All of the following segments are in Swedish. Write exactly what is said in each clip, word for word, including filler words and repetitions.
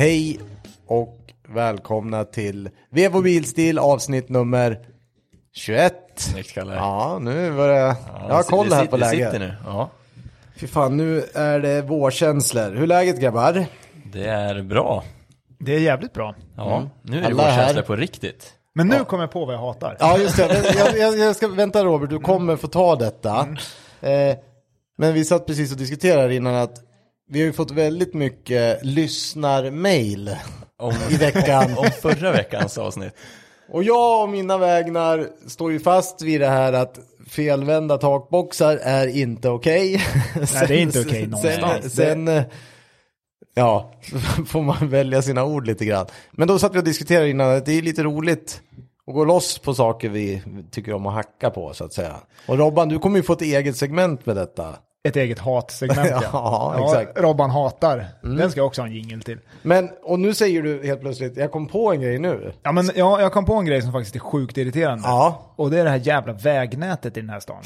Hej och välkomna till Vevo Bilstil avsnitt nummer tjugoett. Snyggt, Kalle. Ja, nu var det... Ja, jag har koll här på läget. Nu. Ja. Fy fan, nu är det vårkänslor. Hur är läget, grabbar? Det är bra. Det är jävligt bra. Ja, mm. Nu är det Alla vårkänslor här. på riktigt. Men nu Ja. kommer jag på vad jag hatar. Ja, just det. Jag, jag, jag ska vänta, Robert. Du kommer få ta detta. Mm. Eh, men vi satt precis och diskuterade innan att vi har ju fått väldigt mycket lyssnarmail Om, i veckan. om förra veckans avsnitt. Och jag och mina vägnar står ju fast vid det här att felvända takboxar är inte okej. Okay. Nej, det är inte okej okay någonstans. Sen, sen ja, får man välja sina ord lite grann. Men då satt vi och diskuterade innan att det är lite roligt att gå loss på saker vi tycker om att hacka på, så att säga. Och Robban, du kommer ju få ett eget segment med detta. Ett eget hatsegment, ja. Ja, exakt. Ja, Robban hatar. Mm. Den ska jag också ha en jingle till. Men, och nu säger du helt plötsligt, jag kom på en grej nu. Ja, men ja, jag kom på en grej som faktiskt är sjukt irriterande. Ja. Och det är det här jävla vägnätet i den här stan.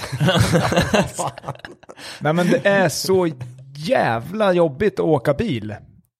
Nej, men det är så jävla jobbigt att åka bil.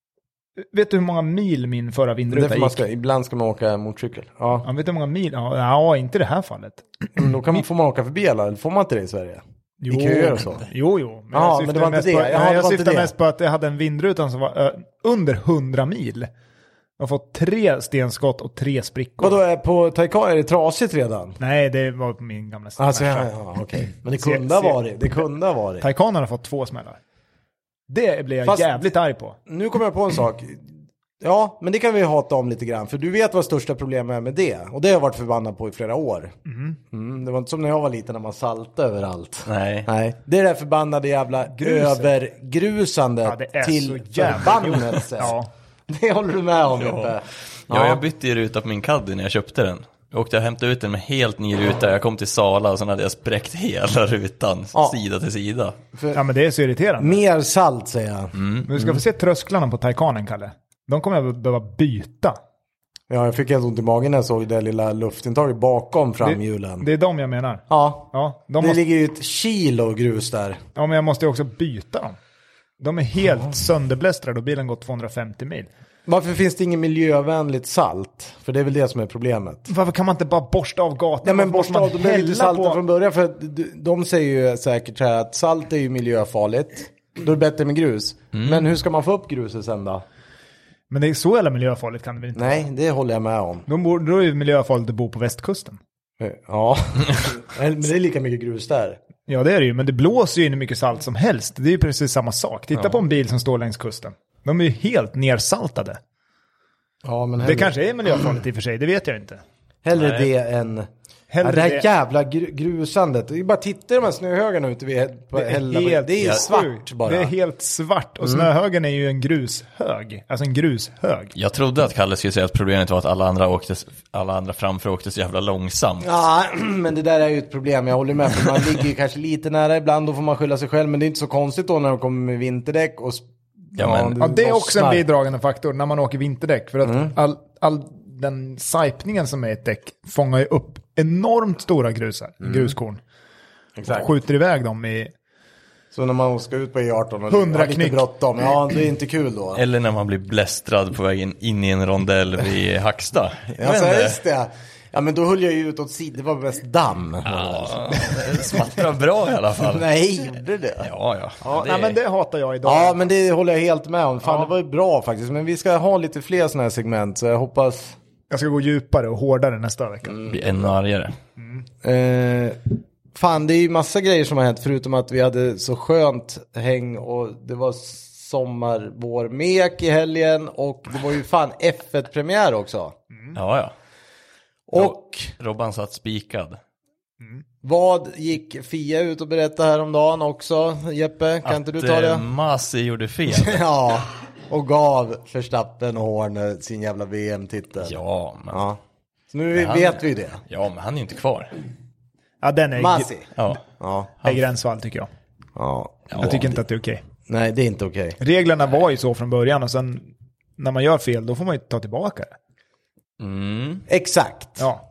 Vet du hur många mil min förra vindruta gick? Man ska, ibland ska man åka motorcykel. Ja. Ja, vet du hur många mil? Ja, ja, inte i det här fallet. Mm, då kan man, får man åka förbi eller får man inte det i Sverige? I köer och så. Jo, jo. Men ja, jag men det var inte mest det. På, Ja, nej, det jag var inte syftar det. mest på att jag hade en vindruta som var uh, under hundra mil. Jag har fått tre stenskott och tre sprickor. Vadå, är på Taycan är det trasigt redan? Nej, det var på min gamla alltså, ja, ja, okej. Okay. Men det kunde ha varit. Det kunde ha varit. Taycan har fått två smällar. Det blir jag Fast, jävligt arg på. Nu kommer jag på en sak. Ja, men det kan vi hata om lite grann. För du vet vad största problemet är med det. Och det har jag varit förbannad på i flera år. Mm. Mm, det var inte som när jag var liten när man saltade överallt. Nej. Nej. Det är det förbannade jävla Gruset. övergrusandet ja, det är till så förbannelse. Ja. Det håller du med om, ja. Jeppe. Ja, ja, jag bytte ju ruta på min Caddy när jag köpte den. Jag åkte och hämtade ut den med helt ny ruta. Jag kom till Sala och så hade jag spräckt hela rutan, ja. sida till sida. För ja, men det är så irriterande. Mer salt, säger jag. Mm. Men du ska få se trösklarna på Taycanen, Kalle. De kommer jag behöva byta. Ja, jag fick helt ont i magen när jag såg det lilla luftintaget bakom framhjulen. Det, det är de jag menar. Ja, ja de det måste... ligger ju ett kilo grus där. Ja, men jag måste ju också byta dem. De är helt ja. sönderblästrade och bilen går tvåhundrafemtio mil. Varför finns det ingen miljövänligt salt? För det är väl det som är problemet. Varför kan man inte bara borsta av gatan? Ja, men borsta av, de är lite salta på... från början. För att de säger ju säkert här att salt är ju miljöfarligt. Då är det bättre med grus. Mm. Men hur ska man få upp gruset sen då? Men det är så jävla miljöfarligt kan det väl inte Nej, vara? det håller jag med om. Då, bor, då är det miljöfarligt att bo på västkusten. Ja, men det är lika mycket grus där. Ja, det är det ju. Men det blåser ju in mycket salt som helst. Det är ju precis samma sak. Titta ja. på en bil som står längs kusten. De är ju helt nersaltade. Ja, men hellre... Det kanske är miljöfarligt i och för sig, det vet jag inte. Hellre Nej. det än... Ja, det här det... jävla gr- grusandet. Det är bara titta de här snöhögarna ute vid på det, är helt, det är svart bara. Det är helt svart. Och snöhögen är ju en grushög. Alltså en grushög. Jag trodde att Kalle skulle säga att problemet var att alla andra, åkte, alla andra framför åkte så jävla långsamt. Ja, men det där är ju ett problem. Jag håller med. För man ligger ju kanske lite nära ibland. Då får man skylla sig själv. Men det är inte så konstigt då när de kommer med vinterdäck. Och ja, men... ja, det är också en bidragande faktor när man åker vinterdäck. För att mm. all, all den sipningen som är ett däck fångar ju upp enormt stora grusar, mm. gruskorn. Exakt. Och skjuter iväg dem i... Så när man ska ut på E arton och har lite bråttom, ja det är inte kul då. Eller när man blir blästrad på vägen in i en rondell vid Hacksta. Ja, så just det. Ja, men då höll jag ju ut åt sidan. Det var mest damm. Ja, det smattrar bra i alla fall. Nej, gjorde det? Ja, ja. ja det... Nej, men det hatar jag idag. Ja, men det håller jag helt med om. Fan, ja. Det var ju bra faktiskt. Men vi ska ha lite fler sådana här segment. Så jag hoppas... Jag ska gå djupare och hårdare nästa vecka. Mm. Bli ännu argare. Mm. Eh, fan, det är ju massa grejer som har hänt. Förutom att vi hade så skönt häng. Och det var sommar, vår mek i helgen. Och det var ju fan F ett-premiär också. Mm. Ja, ja. Och Robban satt spikad. Mm. Vad gick Fia ut och berättade häromdagen också? Jeppe, kan att, inte du ta det? Att Masi gjorde fel. Ja, och gav Verstappen och Horner sin jävla V M-titel. Ja, men... Ja. Så nu men vet han... vi det. Ja, men han är ju inte kvar. Ja, den är... Masi. Ja. Ja. Det är gränsfall tycker jag. Ja. Jag tycker inte att det är okej. Nej, det är inte okej. Reglerna var ju så från början och sen när man gör fel då får man ju ta tillbaka det. Mm. Exakt. Ja.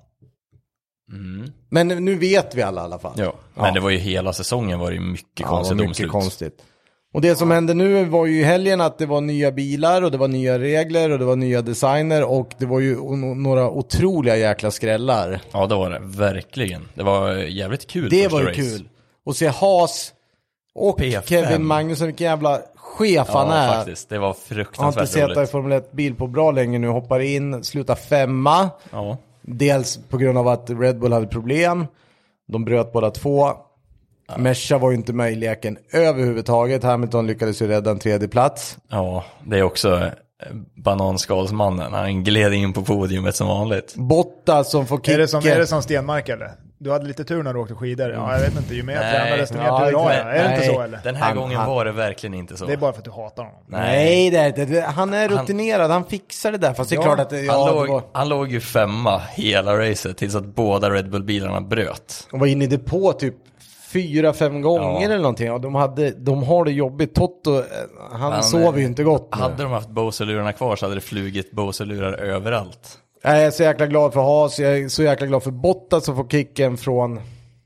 Mm. Men nu vet vi alla i alla fall. Ja. Men ja. Det var ju hela säsongen var det ju mycket ja, konstigt mycket domslut. konstigt. Och det som hände nu var ju i helgen att det var nya bilar och det var nya regler och det var nya designer och det var ju några otroliga jäkla skrällar. Ja, det var det. Verkligen. Det var jävligt kul. Det var ju race. Kul. Och se Haas och P fem. Kevin Magnusson, vilken jävla chef han ja, är. Ja, faktiskt. Det var fruktansvärt roligt. Han har inte sett i Formel ett-bil på bra länge nu. Hoppar in, slutar femma. Ja. Dels på grund av att Red Bull hade problem. De bröt båda två. Ja. Mesha var ju inte med i leken överhuvudtaget. Hamilton lyckades ju rädda en tredje plats. Ja, det är också bananskalsmannen. Han gled in på podiumet som vanligt. Bottas som får kicka. Är det som, är det som Stenmark eller? Du hade lite tur när du åkte skidor. Ja, jag vet inte. Ju mer jag tränar desto mer ja, tur har jag. Är det nej, inte så eller? Den här han, gången han, var det verkligen inte så. Det är bara för att du hatar honom. Nej, det är det. Han är rutinerad. Han, han fixar det där. Fast det är ja, klart att det, ja, han, låg, det var... han låg ju femma hela racet tills att båda Red Bull-bilarna bröt. Och var inne i depå typ fyra, fem gånger ja. eller någonting. Och de, hade, de har det jobbigt. Totto, han, han sover ju inte gott nu. Hade de haft Bose-lurarna kvar så hade det flugit Bose-lurar överallt. Jag är så jäkla glad för Haas. Jag är så jäkla glad för Bottas som får kicken från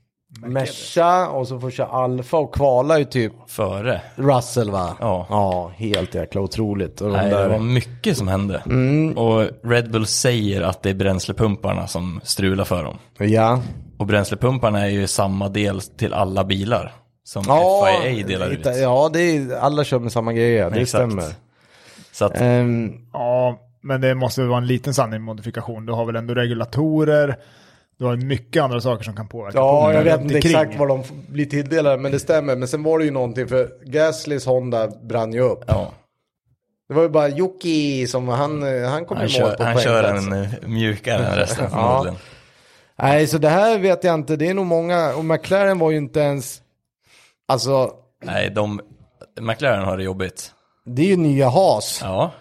Mesha. Och så får köra Alfa och kvala ju typ före Russell, va? Ja, ja helt jäkla otroligt. Och nej, de där... det var mycket som hände. Mm. Och Red Bull säger att det är bränslepumparna som strular för dem. Ja. Och bränslepumparna är ju samma del till alla bilar som ja, F I A delar ut. Ja, det är, alla kör med samma grejer, det Exakt. stämmer. Så att, um, ja, men det måste vara en liten sanning modifikation. Du har väl ändå regulatorer, du har mycket andra saker som kan påverka. Ja, jag vet inte exakt vad de blir tilldelade, men det stämmer. Men sen var det ju någonting, för Gaslys Honda brann ju upp. Ja. Det var ju bara Yuki som han, han kom i mål på Han kör en mjukare än resten förmodligen. Ja. Nej, så det här vet jag inte. Det är nog många, och McLaren var ju inte ens, alltså... Nej, de, McLaren har det jobbigt. Det är ju nya Haas. Ja.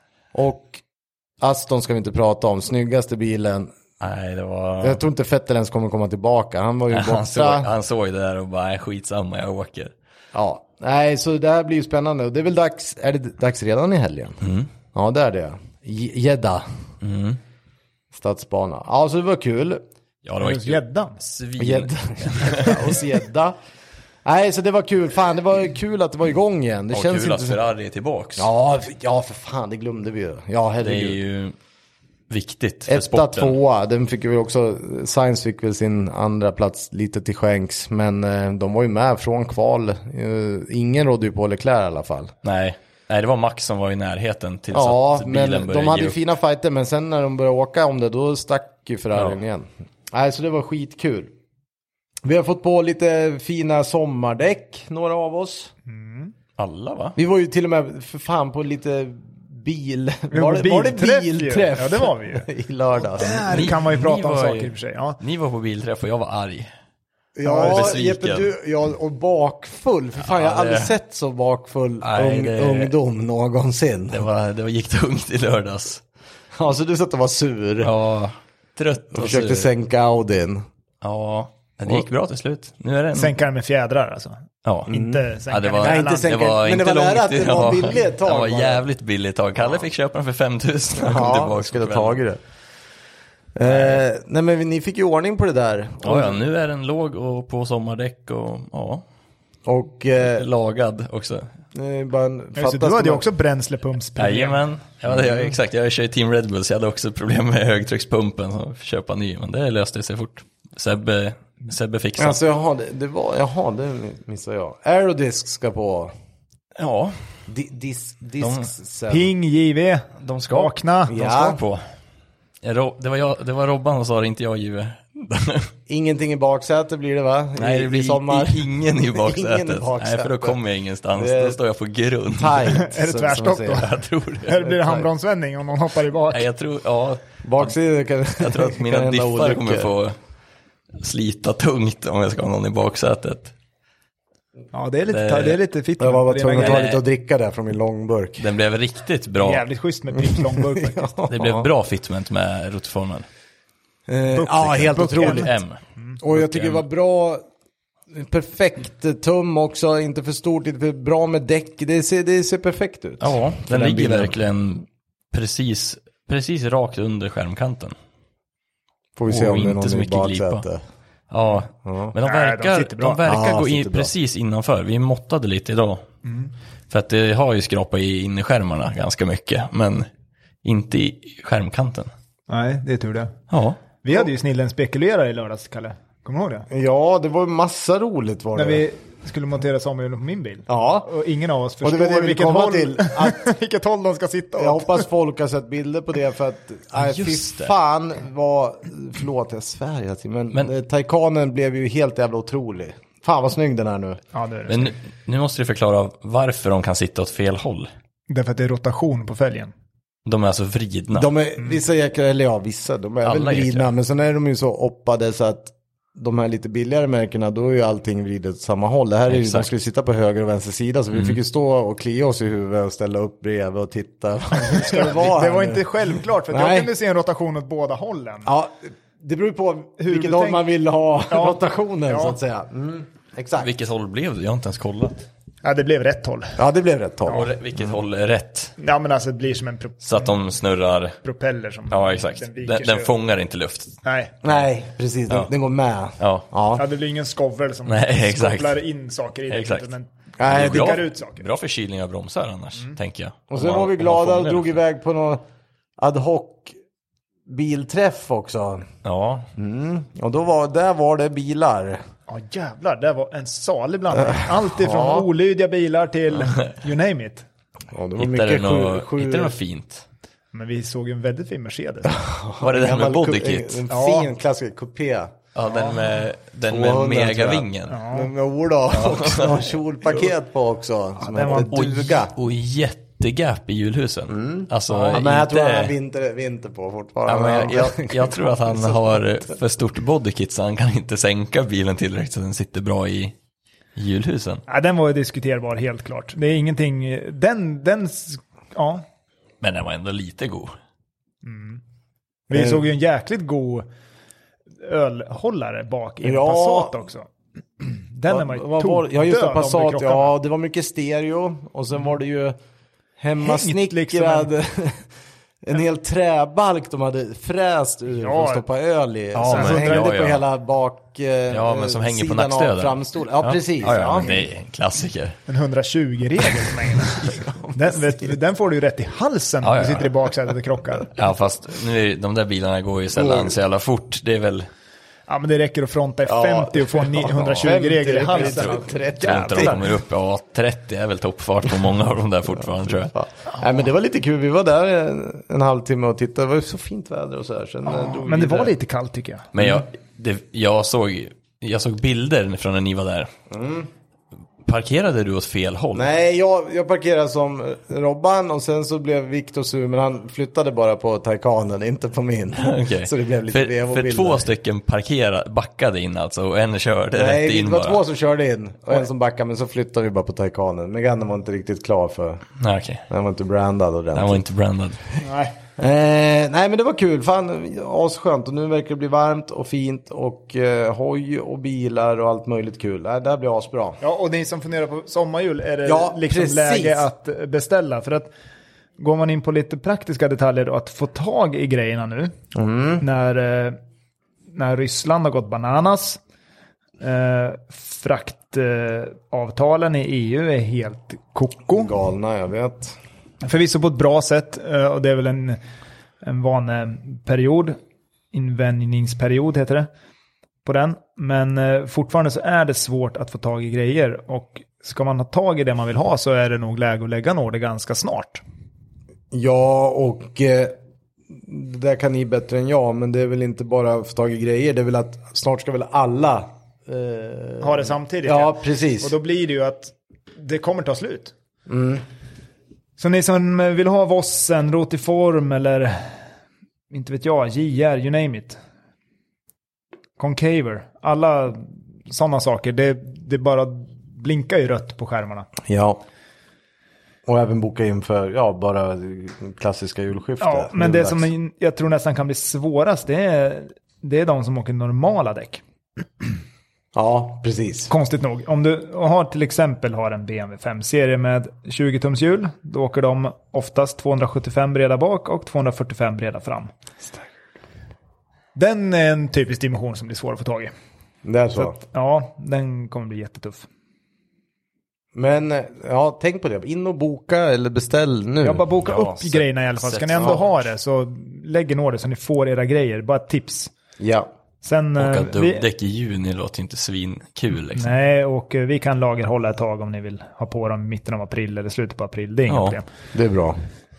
Och Aston ska vi inte prata om. Snyggaste bilen. Nej, det var... Jag tror inte Vettel ens kommer komma tillbaka. Han var ju borta. Han såg, han såg det där och bara, skitsamma, jag åker. Ja, nej, så det här blir ju spännande. Och det är väl dags, är det dags redan i helgen? Mm. Ja, det är det. Jeddah. Mm. Stadsbana. Ja, så det var kul. Ja, det var hos Jeddah. Jeddah. Hos Jeddah. Nej, så det var kul. Fan, det var kul att det var igång igen. Det ja, känns kul inte att Ferrari är tillbaks. Ja, ja, för fan, det glömde vi ju. Ja, herregud. Det är ju viktigt för Etta, sporten. tvåa, den fick väl också, Sainz fick väl sin andra plats lite till skänks, men eh, de var ju med från kval. Eh, ingen rådde ju på Leclerc i alla fall. Nej. Nej, det var Max som var i närheten tills ja, att bilen men började de hade ju upp. fina fighter, men sen när de började åka om det, då stack ju Ferrarin ja. igen. Nej, så det var skitkul. Vi har fått på lite fina sommardäck, några av oss. Mm. Alla, va? Vi var ju till och med för fan på lite bil... Var, var, det, var det bilträff? Ja, det var vi ju. I lördags. Där ni, kan man ju prata om saker i och för sig. Ja. Ni var på bilträff och jag var arg. Ja, Jeppe, du, ja, och bakfull. För fan, ja, jag har aldrig sett så bakfull nej, ung, det, ungdom någonsin. Det var, det var gick tungt i lördags. Ja, så du satt och var sur. Ja, trött och, och försökte sur. sänka Audin. Ja, det gick bra till slut. Nu är det en... Sänka den med fjädrar alltså. Ja. Inte sänka ja, det var, nej, inte sänka, det var men inte det var långt. nära att det var billigt ett tag. Det var jävligt billigt tag. Kalle ja. fick köpa den för fem tusen. Ja, jag skulle ha tagit det. Eh, nej men ni fick ju ordning på det där. Ja, ja, nu är den låg och på sommardäck och ja. Och eh, lagad också. Eh, bara en, ja, så du hade ju också bränslepumpsproblem. Jajamän, ja, det, jag, exakt. Jag kör ju Team Red Bull så jag hade också problem med högtryckspumpen och köpa ny, men det löste sig fort. Sebbe, Sebbe fixade. Alltså jaha, det, det var, jaha, det missade jag. Aerodisk ska på. Ja. Di, dis, disks, de, Ping, J V. De ska vakna. De ja. ska på. Det var, jag, det var Robban som sa det, inte jag, Jive. Ingenting i baksätet blir det, va? I, Nej, det blir i sommar. ingen i baksätet. ingen i baksätet. Nej, för då kommer jag ingenstans. Det... Då står jag på grund. Tight, är det tvärstopp då? Jag tror det. Eller blir det handbromsvändning om någon hoppar i bak? Nej, jag tror, ja. Baksidan kan, jag tror att mina diffar olyckor. kommer få slita tungt om jag ska ha någon i baksätet. Ja, det är lite, det, det är lite fitt. Jag var bara tvungen att ta lite och dricka där från min långburk. Den blev riktigt bra. Jävligt schysst med Pripps långburk faktiskt. Det blev bra fitment med rotorformen. Eh, ja, helt otroligt. M. Mm. Och jag tycker det var bra, perfekt tum också, inte för stort, inte för bra med däck. Det ser, det ser perfekt ut. Ja, den, den ligger bilen. verkligen precis, precis rakt under skärmkanten. Får vi se och om det är någon så i mycket baksätet. Ja, ja, men de verkar, Nej, de de verkar ja, gå in precis innanför. Vi måttade lite idag Mm. För att det har ju skrapat i innerskärmarna ganska mycket, men inte i skärmkanten. Nej, det är tur det. Ja. Vi hade ju snillen spekulerare i lördags, Kalle. Kommer du ihåg det? Ja, det var massa roligt var det. När vi skulle montera samhjulen på min bil. Ja. Och ingen av oss Och det förstår var det vi vilket, komma håll, till, att- vilket håll de ska sitta åt. Jag hoppas folk har sett bilder på det för att, nej, fy Just det. fan vad, förlåt jag svär hela tiden, men, Men- men Taycanen blev ju helt jävla otrolig. Fan vad snygg den är nu. Ja, det är det. Men nu, nu måste du förklara varför de kan sitta åt fel håll. Därför att det är rotation på fälgen. De är alltså vridna. De är, vissa jäklar, eller ja vissa, de är Alla väl vridna, jäklar. men sen är de ju så oppade så att de här lite billigare märkena, då är ju allting vridet åt samma håll. Det här är ju, de Exakt. skulle sitta på höger och vänster sida, så vi fick ju stå och klia oss i huvudet och ställa upp bredvid och titta. Hur ska det vara Det här var nu? inte självklart, för att Nej. jag kunde se en rotation åt båda hållen. Ja, det beror ju på Hur vilket du håll tänk- man vill ha Ja. rotationen Ja. så att säga. Mm, exakt. Vilket håll blev det? Jag har inte ens kollat. Ja, det blev rätt håll. Ja, det blev rätt håll. Och re- vilket håll är rätt? Ja, men alltså det blir som en pro- Så att de snurrar. propeller som Ja, exakt. den viker Den, sig den upp. fångar inte luft. Nej. Nej, precis. Den, Ja. den går med. Ja. Ja, Ja. det blir ingen skovel som Nej, exakt. kopplar in saker i det. Exakt. Men Nej, det det- skickar ut saker. Bra förkylning av bromsar annars, Mm. tänker jag. Och Om sen man- var vi om man glada och fångar drog luften. iväg på någon ad hoc bilträff också. Ja, Mm. Och då var, där var det bilar. Ja, jävlar. Det var en salig blandning. Allt ifrån Ja. olydiga bilar till you name it. Ja, det var hittade du mycket sju, något, sju, hittade du något fint? Men vi såg ju en väldigt fin Mercedes. Var det den med gammal bodykit? ku- En, en Ja. fin klassisk kupé. Ja, den med, den med tvåhundra, megavingen. Men med ord då, också någon kjolpaket på också. Som den hette var- duga. Och jättegap i hjulhusen. Alltså, Ja, men jag tror han har inte... vinter, vinter på fortfarande. Ja, men jag, jag, jag tror att han har för stort bodykit så han kan inte sänka bilen tillräckligt så den sitter bra i, i hjulhusen. Ja, den var ju diskuterbar helt klart. Det är ingenting... Den... den s- ja. Men den var ändå lite god. Vi Eh. såg ju en jäkligt god ölhållare bak i en Ja. Passat också. Den är man ju Vad var- Ja, just det, tokdöd om Passat. det krockar Ja, med. det var mycket stereo. Och sen var det ju hemmasnickrad... liksom En hel träbalk de hade fräst ur Ja. för att stoppa öl i. Ja, så men- som hängde ja, på ja. hela bak... eh, Ja, men som hänger på sidan av nackstöden. framstolen. Ja, precis. Ja, ja, Ja. men det är en klassiker. En hundratjugo-regel som hänger. den, vet, den får du ju rätt i halsen Ja, om ja, du sitter ja. i baksätet och krockar. Ja, fast nu är, de där bilarna går ju sällan så jävla fort. Det är väl... Ja, men det räcker att fronta i Ja. femtio och få en hundratjugo-regel i halsen. femtio, Jag tror inte de Jävlar. kommer upp. Ja, trettio är väl toppfart på många av de där fortfarande, tror jag. Ja. Nej, men det var lite kul. Vi var där en, en halvtimme och tittade. Det var ju så fint väder och så här. Sen, eh, drog vi Men det var vidare. lite kallt tycker jag. Men jag, det, jag, såg, jag såg bilder från när ni var där. Parkerade du åt fel håll? Nej, jag, jag parkerade som Robban och sen så blev Viktor sur, men han flyttade bara på Taycanen, inte på min. Okej. Så det blev lite För, vev och för bilder. två stycken parkerade, backade in alltså och en körde Nej, rätt in det var bara. två som körde in och en som backade, men så flyttade vi bara på Taycanen. Meganen var inte riktigt klar för, Nej, okej. den var inte brandad ordentligt. Den var inte brandad. Nej. Eh, nej, men det var kul. Fan, asskönt. Och nu verkar det bli varmt och fint och eh, hoj och bilar och allt möjligt kul. Nej, det här blir asbra. Ja, och ni som funderar på sommarjul är det Ja, liksom precis. läge att beställa. För att går man in på lite praktiska detaljer och att få tag i grejerna nu. Mm. När, eh, när Ryssland har gått bananas. Eh, fraktavtalen eh, i E U är helt koko. Galna, jag vet. Förvisso på ett bra sätt. eh, Och det är väl en, en vaneperiod. Invänjningsperiod heter det. På den. Men eh, fortfarande så är det svårt att få tag i grejer. Och ska man ha tag i det man vill ha så är det nog läge att lägga en order ganska snart. Ja, och eh, det där kan ni bättre än jag, men det är väl inte bara att få tag i grejer. Det är väl att snart ska väl alla... Eh, Ha det samtidigt. ja, precis. Och då blir det ju att det kommer ta slut. Så ni som vill ha Vossen, Rotiform eller inte vet jag, J R, you name it. Concaver, alla sådana saker. Det, det bara blinkar ju rött på skärmarna. Ja. Och även boka in för, ja, bara klassiska julskiftet. Ja, men det som jag tror nästan kan bli svårast det är, det är de som åker normala däck. Ja, precis. Konstigt nog. Om du har till exempel har en B M W fem-serie med tjugo tums hjul, då åker de oftast tvåhundrasjuttiofem breda bak och tvåhundrafyrtiofem breda fram. Den är en typisk dimension som blir svår att få tag i. Det är så. Så att, ja, den kommer bli jättetuff. Men ja, tänk på det. In och boka eller beställ nu. Jag bara boka Ja, upp set, grejerna i alla fall. Ska ni ändå ja. ha det så lägg en order så ni får era grejer. Bara ett tips. Ja. Sen, Åka eh, dubbdäck i juni låter inte svinkul liksom. Nej, och eh, vi kan lagerhålla ett tag om ni vill ha på dem i mitten av april eller slutet på april. Det är inga Ja. problem. Det är bra.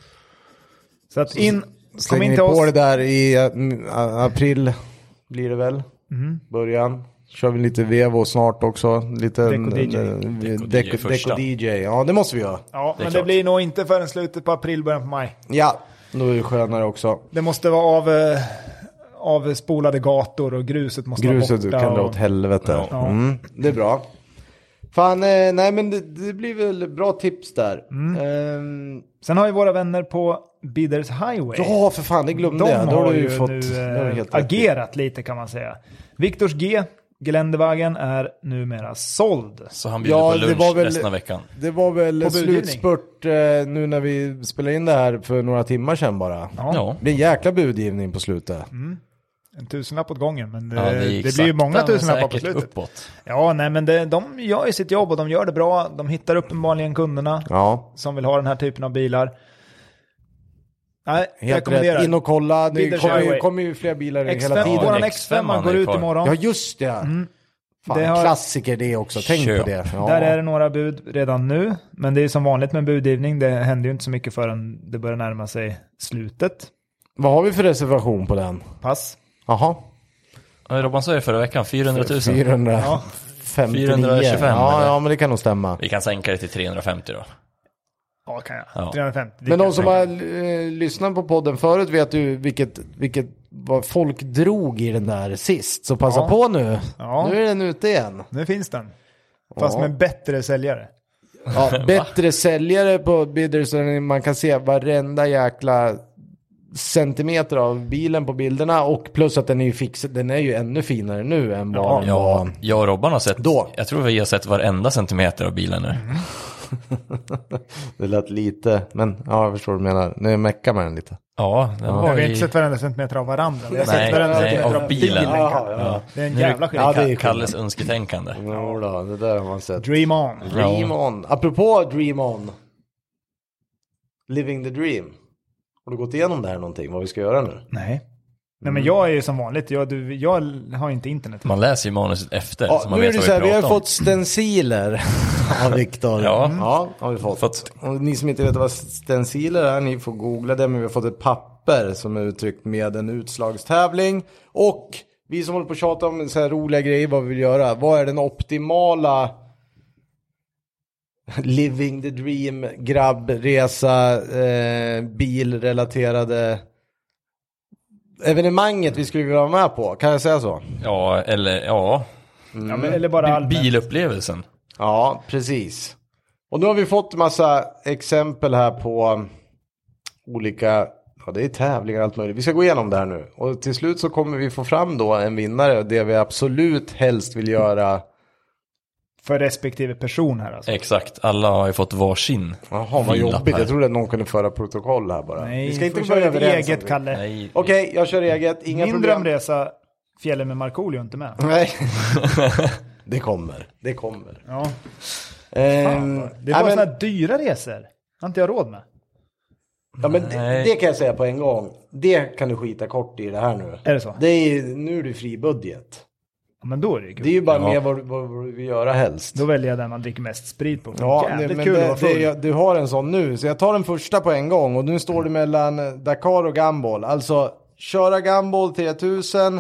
Så att in, kom Slänger in ni till på oss. det där i uh, april blir det väl? Mm. Början. Kör vi lite Vevo snart också. Lite Deco D J. uh, Deco D J Deco, första. Deco D J. Ja, det måste vi göra. Ja, Det är men klart. det blir nog inte förrän slutet på april, början på maj. Ja, då är det skönare också. Det måste vara av, eh, av spolade gator och gruset måste Gruset vara borta. kan dra och, åt helvete. Ja. Mm, det är bra. Fan, eh, nej men det, det blir väl bra tips där. Mm. Ehm, Sen har ju våra vänner på Bidders Highway. ja, för fan, det glömde De jag. Då har har du ju ju fått nu det har du eh, helt rätt i. agerat lite kan man säga. Viktors G, Geländewagen, är numera såld. Så han bjuder Ja, på det lunch var väl- resten av veckan. Det var väl På budgivning. slutspurt eh, nu när vi spelade in det här för några timmar sedan bara. Ja. Ja. Det är en jäkla budgivning på slutet. En tusenlapp åt gången, men det, Ja, det, gick blir ju sakta, många men tusenlappar på säkert slutet. uppåt. Ja, nej, men det, de gör ju sitt jobb och de gör det bra. De hittar uppenbarligen kunderna Ja, som vill ha den här typen av bilar. Nej, jag helt rekommenderar. rätt. In och kolla. Det Bidders kommer ju, Highway. kommer ju fler bilar X hela fem, tiden. våran Ja, X fem X fem går är ut kvar. imorgon. Ja, just det. Fan, Det har- klassiker det också. Tänk Köp. på det. Ja. Där är det några bud redan nu. Men det är som vanligt med budgivning. Det händer ju inte så mycket förrän det börjar närma sig slutet. Vad har vi för reservation på den? Pass. Jaha. Ja, Robban sa ju förra veckan, fyrahundratusen. fyrahundrafemtionio. fyrahundratjugofem, Ja, eller? ja, men det kan nog stämma. Vi kan sänka det till trehundrafemtio då. Ja, kan jag. Ja. trehundrafemtio. Det Men kan de som jag har tänka. eh, lyssnat på podden förut vet ju vilket, vilket vad folk drog i den där sist. Så passa Ja. på nu. Ja. Nu är den ute igen. Nu finns den. Fast Ja. med bättre säljare. Ja, bättre säljare på Bidders så man kan se varenda jäkla centimeter av bilen på bilderna och plus att den är ju fixad, den är ju ännu finare nu än vad Ja. den Ja, var. jag och Robban har sett, Då. jag tror vi har sett varenda centimeter av bilen nu. Det lät lite, men ja, jag förstår vad du menar. Nu meckar man den lite. Ja, den Ja, var vi har i... inte sett varenda centimeter av varandra. Vi har Nej, sett varenda nej, centimeter av av bilen. bilen. Ja, ja. Det är en Nu- jävla Ja, skillnad. det är Kalles önsketänkande. Jo då, det där har man sett. Dream on. Dream on. Apropå Dream on. Living the dream. Har du gått igenom det här någonting? Vad vi ska göra nu? Nej. Nej, men jag är ju som vanligt. Jag, du, jag har inte internet. Man läser ju manuset efter, Ja, så man nu är vet det vad så här, vi vi har pratar om. fått stenciler av Viktor. Ja. ja, har vi fått. Fått. Och ni som inte vet vad stenciler är, ni får googla det. Men vi har fått ett papper som är uttryckt med en utslagstävling. Och vi som håller på att tjata om så här roliga grejer, vad vi vill göra. Vad är den optimala living the dream, grabbresa, eh, bilrelaterade evenemanget vi skulle vilja vara med på? Kan jag säga så? Ja, eller ja, Ja, men, eller bara allmänt. bilupplevelsen. Ja, precis. Och nu har vi fått massa exempel här på olika, ja det är tävlingar och allt möjligt. Vi ska gå igenom det här nu. Och till slut så kommer vi få fram då en vinnare. Det vi absolut helst vill göra. För respektive person här alltså. Exakt, alla har ju fått varsin. Jaha, vad fin lapp jobbigt. här. Jag trodde att någon kunde föra protokoll här bara. Nej, vi ska inte får börja köra överens. eget, Kalle. Nej, Okej, jag kör eget. Inga Min problem. drömresa, fjällen med Markoolio, inte med. Nej. Det kommer. Det kommer. Ja. Ehm, Det är nej, bara men- sådana här dyra resor. Har inte jag råd med. Ja, men det, Nej. det kan jag säga på en gång. Det kan du skita kort i det här nu. Är det så? Det är, nu är det fri budget. Ja, men då är det ju kul. Det är ju bara Ja. med vad, vad, vad du vill göra helst. Då väljer jag den man dricker mest sprit på. Ja, Jävligt det, men kul att det, vara full. det, du har en sån nu. Så jag tar den första på en gång. Och nu står det mellan Dakar och Gumball. Alltså, köra Gumball tre tusen.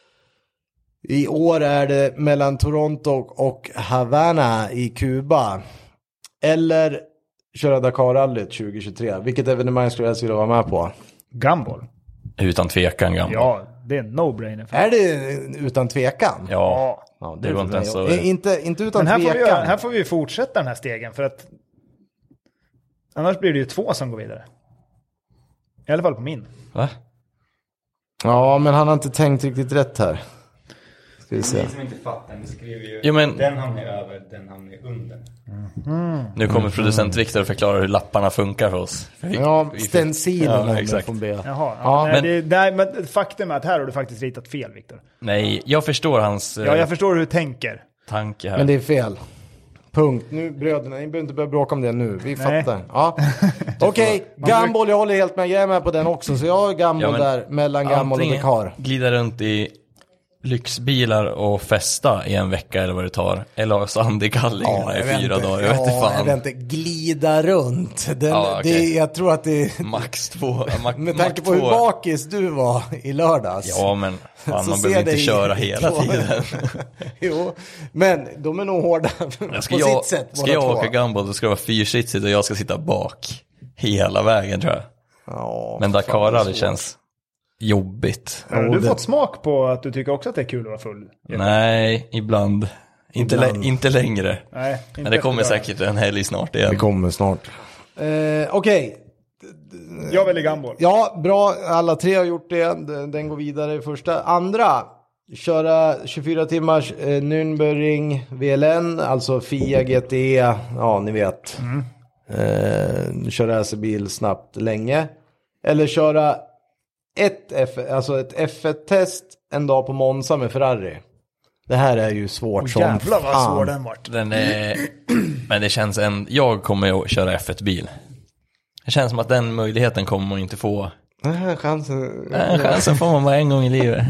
I år är det mellan Toronto och Havana i Kuba. Eller köra Dakar-rallyt tjugo tjugotre. Vilket evenemang skulle jag vilja vara med på? Gumball. utan tvekan gammal. Ja, det är en no-brainer. För Är det utan tvekan? Ja, Ja, det var inte ens så. Eh, Inte, inte utan Men här får, vi, tvekan. göra- här får vi fortsätta den här stegen för att annars blir det ju två som går vidare. I alla fall på min. Va? Ja, men han har inte tänkt riktigt rätt här. Ska vi se. Ni som inte fattar, ni skriver ju Jo, men- den hamnar över, den hamnar under. Nu kommer producent Viktor och förklarar hur lapparna funkar för oss. För vi- Ja, vi- stencilen Ja, ja, exakt. från B. Jaha, ja, Ja, nej, men- det, nej, men faktum är att här har du faktiskt ritat fel, Viktor. Nej, jag förstår hans eh, Ja, jag förstår hur du tänker. tanke här. Men det är fel. Punkt. Nu bröderna, ni behöver inte börja bråka om det nu. Vi Nej. fattar. Ja. Okej, okay. Gumball, jag håller helt med. Jag är med på den också. Så jag har Gumball ja, där mellan Gumball och Dakar. Glida runt i lyxbilar och festa i en vecka eller vad det tar. Eller ha sandikallingarna ja, i fyra inte. dagar. Jag ja, vet inte fan. Jag vet inte. Glida runt. Den, ja, okay. det, jag tror att det är... Max två. Ma- med tanke på hur bakis du var i lördags. Ja, men fan, man behöver inte köra hela på. tiden. Jo, men de är nog hårda på ska jag, sitt sätt. Ska jag åka Gumball så ska det vara fyrsitsigt och jag ska sitta bak hela vägen tror jag. Ja, men Dakar det känns... jobbigt. Har du fått smak på att du tycker också att det är kul att vara full? Nej, ibland. Inte, ibland. Lä- inte längre. Nej, inte men det kommer säkert en helg snart igen. Det kommer snart. Eh, Okej. Okay. Jag väljer Gumball. Ja, bra. Alla tre har gjort det. Den går vidare i första. Andra. Köra tjugofyra timmars eh, Nürburgring V L N. Alltså F I A, G T E. Ja, ni vet. Mm. Eh, köra racerbil snabbt länge. Eller köra Ett, F, alltså ett F ett-test en dag på Monza med Ferrari. Det här är ju svårt oh, som jävlar vad fan. Svår den vart. Den är, men det känns en... Jag kommer att köra F ett-bil. Det känns som att den möjligheten kommer man inte få. Nej, chansen... Nej, chansen får man bara en gång i livet.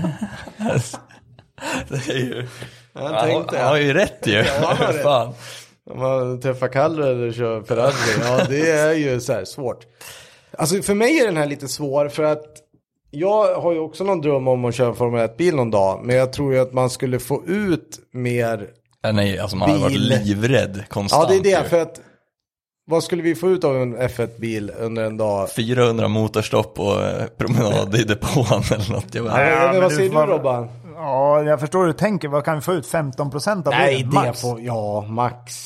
Det är ju... Jag tänkte, han har ju rätt ju. Ja, han har rätt. Fan. Om man träffar Kalle eller kör Ferrari. Ja, det är ju så här svårt. Alltså för mig är den här lite svår för att jag har ju också någon dröm om att köra Formel ett-bil någon dag. Men jag tror ju att man skulle få ut mer ja, nej, alltså man bil. Har varit livrädd konstant. Ja, det är det. För att vad skulle vi få ut av en F ett-bil under en dag? fyrahundra motorstopp och promenad i depån eller något. Jag ja, ja, men vad säger du, Robban? Ja, jag förstår hur du tänker. Vad kan vi få ut? femton procent av nej, det? Max? Får, ja, max.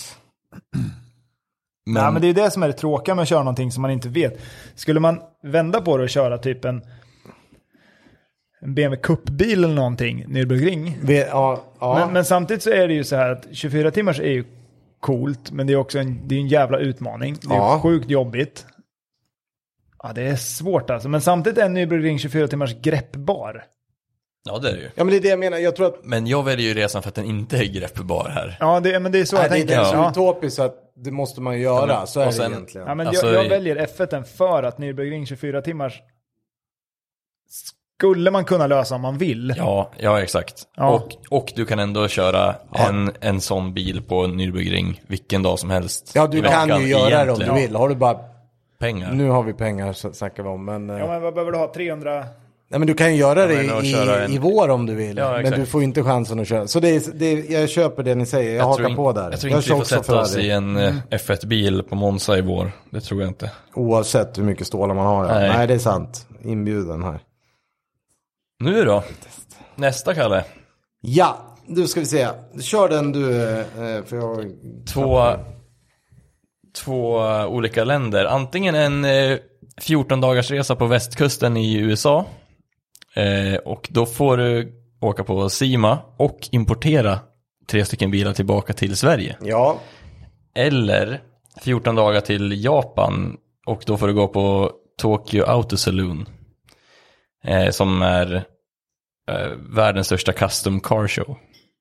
Men... Ja, men det är det som är det tråkiga med att köra någonting som man inte vet. Skulle man vända på det och köra typ en en B M W Cup-bil eller någonting, Nürburgring. Ja, ja. Men, men samtidigt så är det ju så här att tjugofyra timmars är ju coolt, men det är också en, det är en jävla utmaning. Det är ja. sjukt jobbigt. Ja, det är svårt alltså. Men samtidigt är en Nürburgring tjugofyra timmars greppbar. Ja, det är det ju. Ja, men det är det jag menar. Jag tror att... Men jag väljer ju resan för att den inte är greppbar här. Ja, det, men det är så Nej, jag tänker. Det är så ja. utopiskt så att det måste man göra. Ja, men, så är sen, det egentligen. Ja, men alltså, jag, jag väljer F ett för att Nürburgring tjugofyra timmars skulle man kunna lösa om man vill. Ja, ja exakt. Ja. Och, och du kan ändå köra ja. en, en sån bil på Nürburgring vilken dag som helst. Ja, du kan ju göra det om du vill. Har du bara pengar? Nu har vi pengar så snackar vi om. Men, ja, men vad behöver du ha? trehundra? Nej, men du kan ju göra ja, det i, en... i vår om du vill. Ja, men du får inte chansen att köra. Så det är, det är, jag köper det ni säger. Jag, jag hakar in, på där. Jag tror inte jag vi får sätta oss i en mm. F ett-bil på Monza i vår. Det tror jag inte. Oavsett hur mycket stålar man har. Ja. Nej. Nej, det är sant. Inbjuden här. Nu då? Nästa, Kalle. Ja, nu ska vi se. Kör den du. För jag... Två, två olika länder. Antingen en fjorton dagars resa på västkusten i U S A. Och då får du åka på Sima och importera tre stycken bilar tillbaka till Sverige. Ja. Eller fjorton dagar till Japan och då får du gå på Tokyo Auto Saloon. Eh, som är eh, världens största custom car show.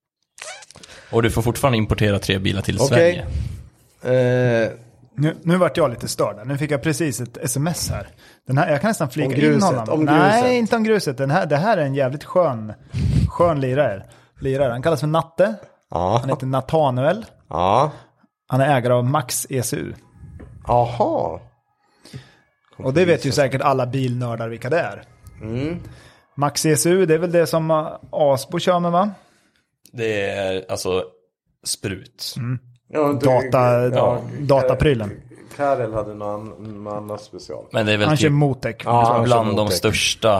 Och du får fortfarande importera tre bilar till okay. Sverige. Eh, nu, nu vart jag lite störd. Nu fick jag precis ett sms här. Den här jag kan nästan flika in honom. Om Nej, gruset. inte om gruset. Den här, det här är en jävligt skön, skön lirare. lirare. Han kallas för Natte. Ja. Han heter Nathanael. Ja. Han är ägare av Max E C U. Aha. Och det vet ju säkert alla bilnördar vilka det är. Mm. Max E C U, det är väl det som Asbo kör med, va? Det är alltså sprut. Mm. Ja, Data, ja, dataprylen. Karel hade någon annan special. Men det är väl han typ kör Motec. Ja, bland Motec. De största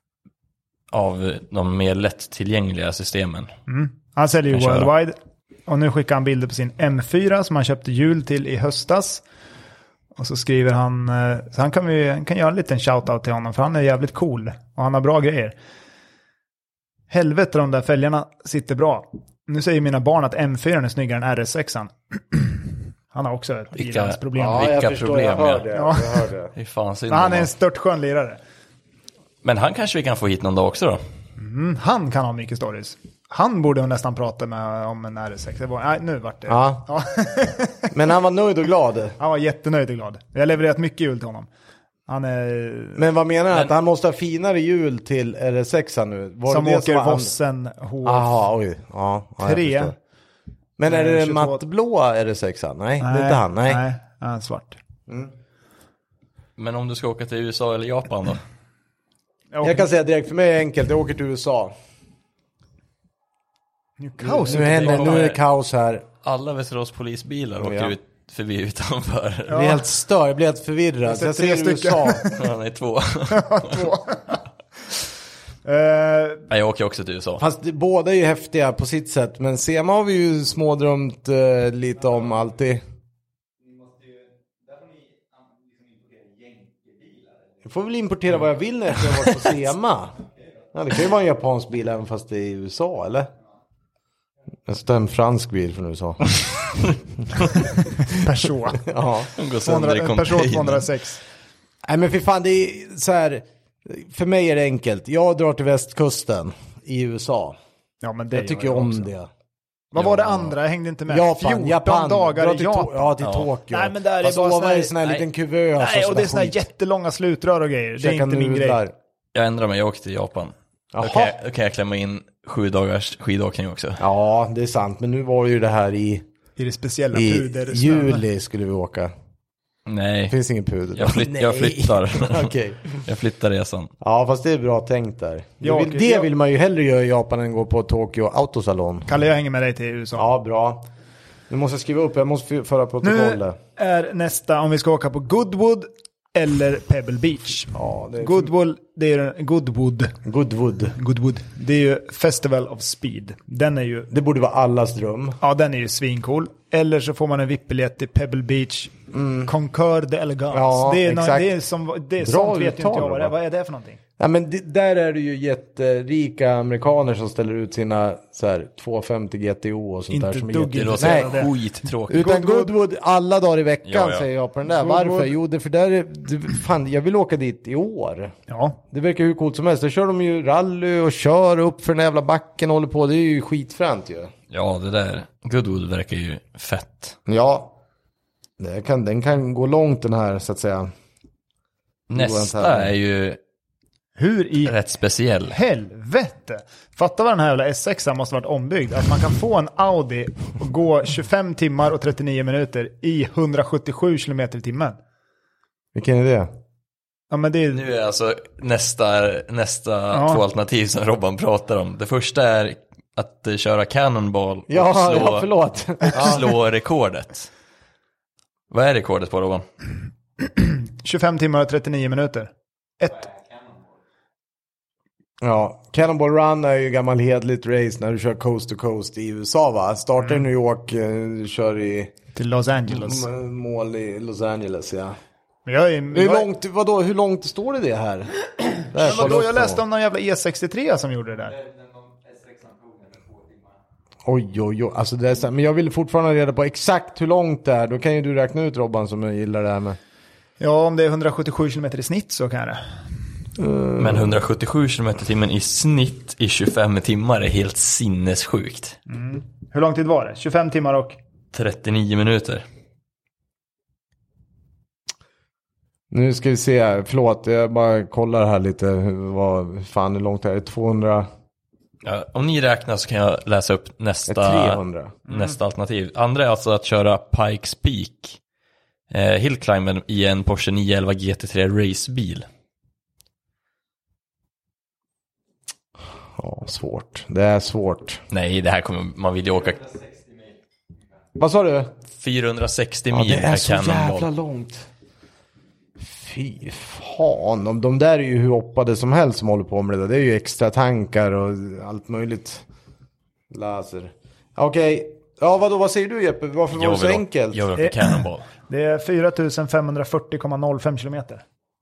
av de mer lättillgängliga systemen. Mm. Han säljer ju worldwide. Och nu skickar han bilder på sin M fyra som han köpte jul till i höstas. Och så skriver han, så han kan, vi, kan göra en liten shoutout till honom för han är jävligt cool och han har bra grejer. Helvete, de där fälgarna sitter bra. Nu säger mina barn att M fyra är snyggare än R S sex. Han har också ett bilhandsproblem. Ja, vilka jag förstår, problem, jag hör det. Ja. Jag hör det. Det är fan synd. Han är en stört skön lirare. Men han kanske vi kan få hit någon dag också då? Mm, han kan ha mycket stories. Han borde nästan prata med om en R S sex. Det var, nej, nu vart det. Ja. Ja. Men han var nöjd och glad. Han var jättenöjd och glad. Jag har levererat mycket hjul till honom. Han är... Men vad menar han? Men... Att han måste ha finare hjul till R S sex nu? Var som det det åker som var Vossen H F Aha, oj. Ja, ja, tre. Men är det den tjugotvå mattblåa R S sex? Nej, nej, det är inte han. Nej, nej han är svart. Mm. Men om du ska åka till U S A eller Japan då? Jag, jag kan säga direkt, för mig är det enkelt. Jag åker till U S A. Nu, kaos, nu, händer, nu är det kaos här. Alla Västerås polisbilar åker ja. ut förbi utanför. Ja. Det är helt stör, jag blir helt förvirrad. Jag, jag ser U S A. Ja, nej, två. två. uh, nej, jag åker också till U S A. Fast det, båda är ju häftiga på sitt sätt. Men Sema har vi ju smådrömt uh, lite om alltid. Jag får väl importera vad jag vill när jag har varit på Sema. Ja, det kan ju vara en japansk bil även fast det är i U S A, eller? Jag ska ta en fransk bil från U S A. Person. Ja. Person tvåhundrasex. Nej men för fan, det är så här. För mig är det enkelt. Jag drar till västkusten i U S A. Ja, men det jag tycker jag om också. Det. Vad var det andra? Jag hängde inte med. Japan, fjorton Japan. dagar i till Japan. To- ja, till ja. Tokyo. Nej, men där är fast bara sova såna i sån här nej, liten kuvös. Nej, och, och det är såna såna jättelånga slutrör och grejer. Det är inte min nudlar. Grej. Jag ändrar mig, jag åker till Japan. Då kan, jag, då kan jag klämma in sju dagars skidåkning också. Ja, det är sant. Men nu var ju det här i... I det speciella I puder. juli skulle vi åka. Nej. Det finns ingen puder. Jag, flytt, jag flyttar. Okay. Jag flyttar resan. Ja, fast det är bra tänkt där. Jag, vill, det jag, vill man ju hellre göra i Japan än gå på Tokyo Autosalon. Kalle, jag hänger med dig till U S A. Ja, bra. Nu måste jag skriva upp, jag måste föra protokollet. Nu är nästa, om vi ska åka på Goodwood eller Pebble Beach. Ja, det är Goodwood, det är Goodwood. Goodwood. Goodwood. Det är ju Festival of Speed. Den är ju... Det borde vara allas dröm. Ja, den är ju svincool. Eller så får man en V I P-biljett till Pebble Beach. Mm. Concorde d'Elegance. Ja, det är exakt. Någon, det är som, det är sånt vet ju inte jag vad det är. Vad är det för någonting? Ja, men det, där är det ju jätterika amerikaner som ställer ut sina så här, tvåhundrafemtio G T O och sånt inte där. Som Det låter skittråkigt. Utan Goodwood. Goodwood alla dagar i veckan, ja, ja. säger jag på den där. Goodwood. Varför? Jo, det för där är, det, fan, jag vill åka dit i år. Ja. Det verkar hur coolt som helst. Där kör de ju rally och kör upp för den jävla backen och håller på. Det är ju skitfränt ju. Ja, det där. Goodwood verkar ju fett. Ja. Det kan, den kan gå långt den här, så att säga. Nästa är ju Hur i rätt speciell. helvete? Fatta vad den här jävla S sex måste varit ombyggd. Att man kan få en Audi och gå tjugofem timmar och trettionio minuter i hundrasjuttiosju kilometer i timmen. Vilken är det? Ja, men det är... Nu är alltså nästa, nästa Ja. två alternativ som Robban pratar om. Det första är att eh, köra Cannonball och Ja, slå, ja förlåt. och slå rekordet. Vad är rekordet på, Robban? tjugofem timmar och trettionio minuter. Ett. Ja, Cannonball Run är ju gammal hedligt race när du kör coast to coast i U S A, va? Startar i New York, eh, kör i Till Los Angeles. m- mål i Los Angeles, ja. Men jag är, Hur jag, långt, vadå, hur långt står det det här? men vadå, jag läste om någon jävla E sextiotre som gjorde det där. Oj, oj, oj. Alltså det är så, men jag vill fortfarande ha reda på exakt hur långt det är. Då kan ju du räkna ut, Robban, som jag gillar det här med. Ja, om det är hundrasjuttiosju kilometer i snitt så kan det. Men hundrasjuttiosju kilometer i timmen i snitt i tjugofem timmar är helt sinnessjukt. Mm. Hur lång tid var det? tjugofem timmar och... trettionio minuter. Nu ska vi se, förlåt, jag bara kollar här lite. Vad fan är långt här? Är det tvåhundra? Ja, om ni räknar så kan jag läsa upp nästa, trehundra. nästa alternativ. Andra är alltså att köra Pikes Peak eh, Hillclimben i en Porsche nio elva G T tre racebil. Ja, svårt. Det är svårt. Nej, det här kommer man vill ju åka Vad sa du? fyrahundrasextio Ja, mil det är med så jävla Cannonball. långt. Fy fan. De, de där är ju hur hoppade som helst som håller på med det där. Det är ju extra tankar och allt möjligt. Laser. Okej. Ja, vadå, vad säger du, Jeppe? Varför var Jag det så vill åka- enkelt? Jag vill åka Cannonball. Det är fyra tusen femhundrafyrtio komma noll fem kilometer.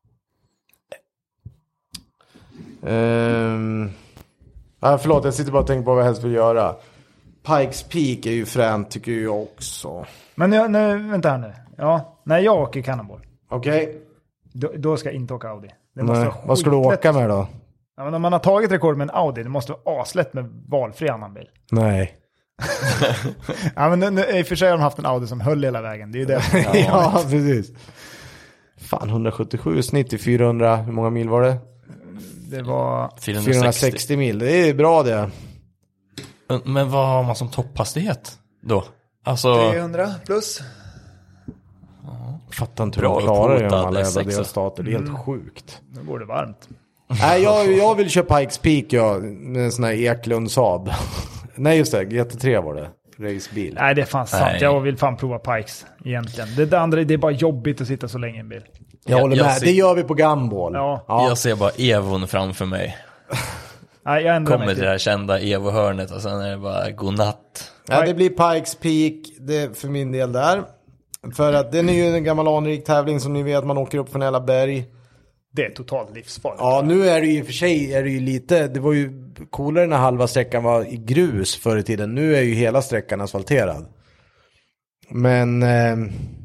Um, ah, förlåt, jag sitter bara och tänker på vad jag helst vill göra. Pikes Peak är ju fränt, tycker jag också. Men jag, nu, vänta här nu. Ja, när jag åker Cannonball, Okej. då, då ska jag inte åka Audi. Det måste Nej. vara Vad ska du skitlätt. åka med då? Ja, men om man har tagit rekord med en Audi, det måste vara aslätt med valfri annan bil. Nej. Ja, men nu, i och för sig har de haft en Audi som höll hela vägen. Det är ju det. Ja, ja precis. Fan, hundrasjuttiosju snitt i fyrahundra. Hur många mil var det? Det var fyrahundrasextio mil. Det är bra det. Men vad har man som topphastighet då? Alltså... trehundra plus. Fattar inte hur Bra de klarar det med uppfotad alla jävla S sex. delstater. Det är helt sjukt. Nu går det varmt. Nej, jag, jag vill köpa Pikes Peak, ja, med en sån här Eklund Saab. Nej, just det. G T tre var det. Racebil. Nej, det är fan sant. Nej. Jag vill fan prova Pikes egentligen. Det, det andra det är bara jobbigt att sitta så länge i en bil. Jag håller jag med. ser- Det gör vi på Gumball. Ja. Ja. Jag ser bara Evon framför mig. Nej, jag ändrar Kommer mig till det här kända Evo-hörnet och sen är det bara godnatt. Ja, det blir Pikes Peak. Det är för min del där. För att den är ju en gammal anrik tävling som ni vet. Man åker upp från hela berg. Det är totalt livsfarligt. Ja, nu är det ju i och för sig är det ju lite, det var ju coolare när halva sträckan var i grus förr i tiden. Nu är ju hela sträckan asfalterad. Men eh,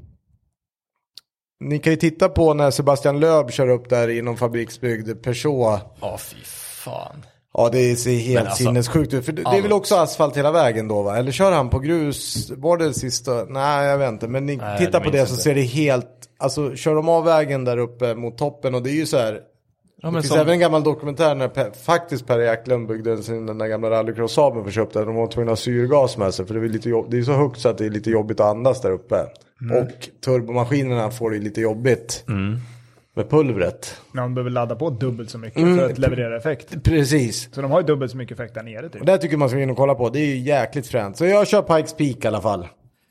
ni kan ju titta på när Sebastian Loeb kör upp där inom fabriksbyggd Peugeot. Ja, fy fan. Ja, det ser helt Men alltså, sinnessjukt ut. För det, det är väl också asfalt hela vägen då, va? Eller kör han på grus? Var det sista? Nej, jag vet inte. Men ni Nej, tittar det på det minns så inte. ser det helt... Alltså, kör de av vägen där uppe mot toppen och det är ju så här... Ja, Det men finns som, även en gammal dokumentär när per, faktiskt Per Eklund byggde sin, den där gamla rallycross-Saaben för köpte. De var tvungna att ha syrgas med sig för det är, lite jobb, det är så högt så att det är lite jobbigt att andas där uppe. Mm. Och turbomaskinerna får det lite jobbigt mm. med pulvret. När de behöver ladda på dubbelt så mycket Mm. för att leverera effekt. Precis. Så de har ju dubbelt så mycket effekt där nere typ. Och det tycker man ska in och kolla på. Det är ju jäkligt fränt. Så jag kör Pikes Peak i alla fall.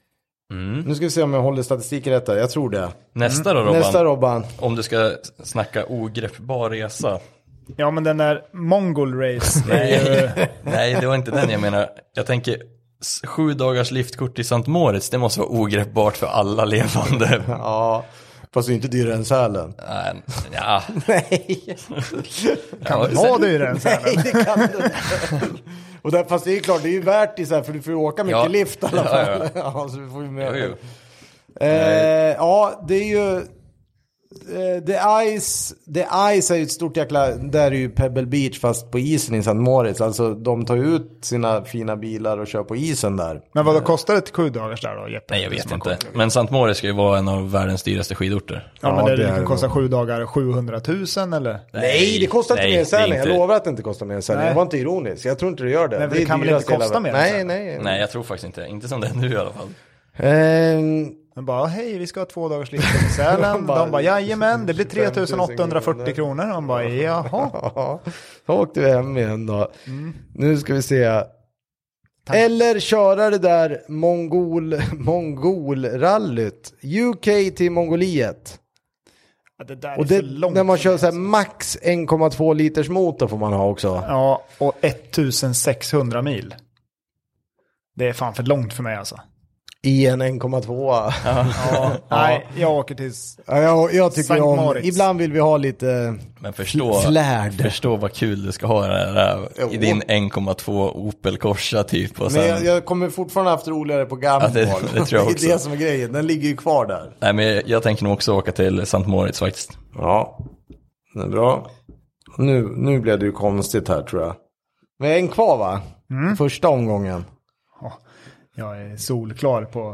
Mm. Nu ska vi se om jag håller statistiken rätt där. Jag tror det. Nästa då, Robban. Nästa Robban. Om du ska snacka ogreppbar resa. Ja, men den där Mongol Race är ju... Nej, det var inte den jag menar. Jag tänker s- sju dagars liftkort i Sankt Moritz. Det måste vara ogreppbart för alla levande. Ja, fast det är inte dyrare än Sälen. Nej, ja. Nej. Ja, Kan ha dyrare än Sälen. Nej, det kan du inte. Och där, fast det är klart, det är ju värt det så här, för du får ju åka mycket Ja. lift i alla Ja, fall. ja. Ja, så du får ju med. Jo, jo. Eh, ja, det är ju... eh, The Ice, The Ice är ju ett stort jäkla... Där är ju Pebble Beach fast på isen i Sankt Moritz. Alltså de tar ju ut sina fina bilar och kör på isen där. Men vad då kostar det till sju dagars där då? Jeppe? Nej, jag vet inte. Men Sankt Moritz ska ju vara en av världens dyraste skidorter. Ja, men Ja, det, det det är kan det kosta nog. sju dagar sjuhundratusen eller? Nej, det kostar inte nej, mer än det är Sälen. Jag inte- lovar att det inte kostar mer än Sälen. Nej. Jag var inte ironisk. Jag tror inte det gör det. Nej, för det är kan väl dyrast inte kosta hela- mer än Nej, Sälen? nej. Nej, jag tror faktiskt inte. Inte som det är nu i alla fall. Ehm, Men bara, hej, vi ska ha två dagars lift i Sälen. bara, De bara, jajamän, det blir tre tusen åttahundrafyrtio kronor. De bara, jaha. Ja, då åkte vi hem igen då. Nu ska vi se. Eller köra det där Mongol, Mongol-rallyt. U K till Mongoliet. Ja, det där är Och för det, långt när man för kör mig, så här alltså. max en komma två liters motor får man ha också. Ja, och ettusensexhundra mil. Det är fan för långt för mig alltså. I en en komma två. Ja, nej, jag åker till... Ja, jag, jag tycker Sankt om, Moritz. ibland vill vi ha lite Men förstå, flärd. förstå vad kul du ska ha det där, Jo. i din en komma två Opel Corsa typ. Och sen, Men jag, jag kommer fortfarande haft roligare på Gumball. Ja, det- det tror jag Det också. är det som är grejen, den ligger ju kvar där. Nej, men jag, jag tänker nog också åka till Sankt Moritz faktiskt. Ja, det är bra. Nu, nu blev det ju konstigt här tror jag. Men en kvar va? Första omgången. Jag är solklar på...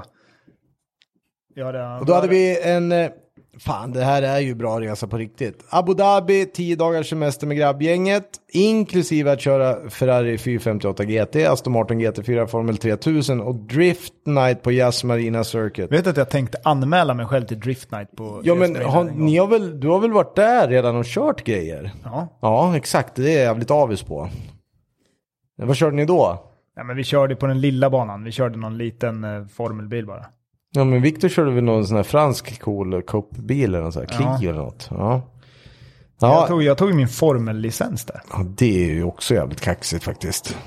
Ja, det, Och då hade vi en... eh, Fan, det här är ju bra resa på riktigt. Abu Dhabi, tio dagars semester med grabbgänget. Inklusive att köra Ferrari fyrahundrafemtioåtta G T, Aston Martin G T fyra Formel tre tusen och Drift Night på Yas Marina Circuit. Vet att jag tänkte anmäla mig själv till Drift Night på... Ja, men Marina har, en gång. ni har väl, du har väl varit där redan och kört grejer? Ja. Ja, exakt. Det är jag jävligt avis på. Vad körde ni då? Ja, men vi körde på den lilla banan. Vi körde någon liten eh, formelbil bara. Ja, men Victor körde väl någon sån här fransk cool cupbil eller något sånt här, Ja. Clio eller något. Ja. Jag, Ja, tog, jag tog min formellicens där. ja, det är ju också jävligt kaxigt faktiskt.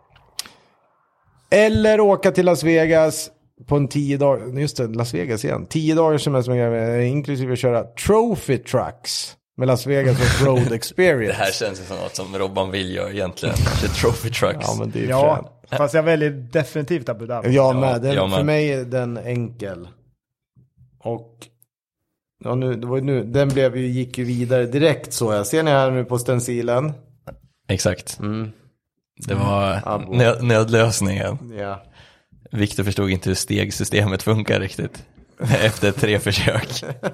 Eller åka till Las Vegas på en tio dagar, just det, Las Vegas igen. Tio dagar semester med inklusive att köra Trophy Trucks med Las Vegas och Road Experience. Det här känns ju som något som Robban vill göra egentligen. The Trophy Trucks. Ja, men det är ju Ja, fränt. fast jag väljer definitivt Abu Dhabi. Jag Ja, med. Den, jag med. För mig är den enkel. Och ja, nu, det var ju nu, den blev ju, gick ju vidare direkt så. Jag ser ni här nu på stencilen. Exakt. Mm. Det var Abo. nö- nödlösningen. Ja. Victor förstod inte hur stegsystemet funkar riktigt. Efter tre försök.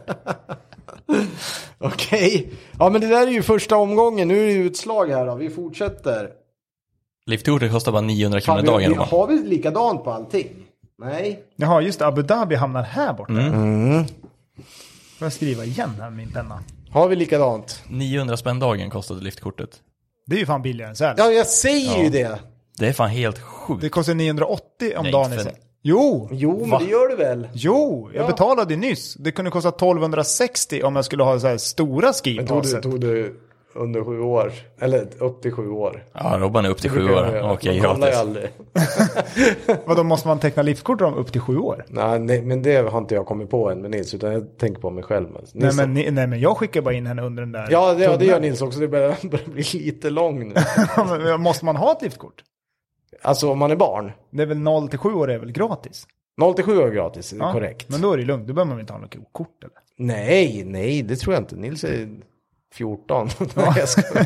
Okej. Ja, men det där är ju första omgången. Nu är det utslag här då. Vi fortsätter. Liftkortet kostar bara niohundra kronor Fan, vi, dagen. vi, har vi likadant på allting? Nej. Jaha, just det. Abu Dhabi hamnar här borta. Mm. Får jag skriva igen här med min penna? Har vi likadant? niohundra spänn dagen kostade liftkortet. Det är ju fan billigare än så här. Ja, jag säger Ja. ju det. Det är fan helt sjukt. Det kostar niohundraåttio om Nej, dagen. inte för- För... Jo! Jo, men Va? det gör du väl? Jo, jag Ja. betalade nyss. Det kunde kosta tolvhundrasextio om jag skulle ha så här stora Men tog du, skipasset. tog du under sju år? Eller upp till sju år? Ja, Robban är upp till sju brukar jag år. göra. Okej, Man kollar ju gratis. aldrig. Vadå, måste man teckna liftkort om upp till sju år? Nej, nej, men det har inte jag kommit på än med Nils, utan jag tänker på mig själv. Nils, Nej men, ni- nej men jag skickar bara in henne under den där ja, det, ja, det gör tunneln. Nils också. Det börjar, börjar bli lite lång nu. Men måste man ha ett liftkort? Alltså om man är barn. Det är väl noll till sju år är väl gratis? noll till sju år gratis, Ja, korrekt. Men då är det lugnt, då behöver man inte ha något kort eller? Nej, nej, det tror jag inte. Nils är fjorton. Nej, jag skojar.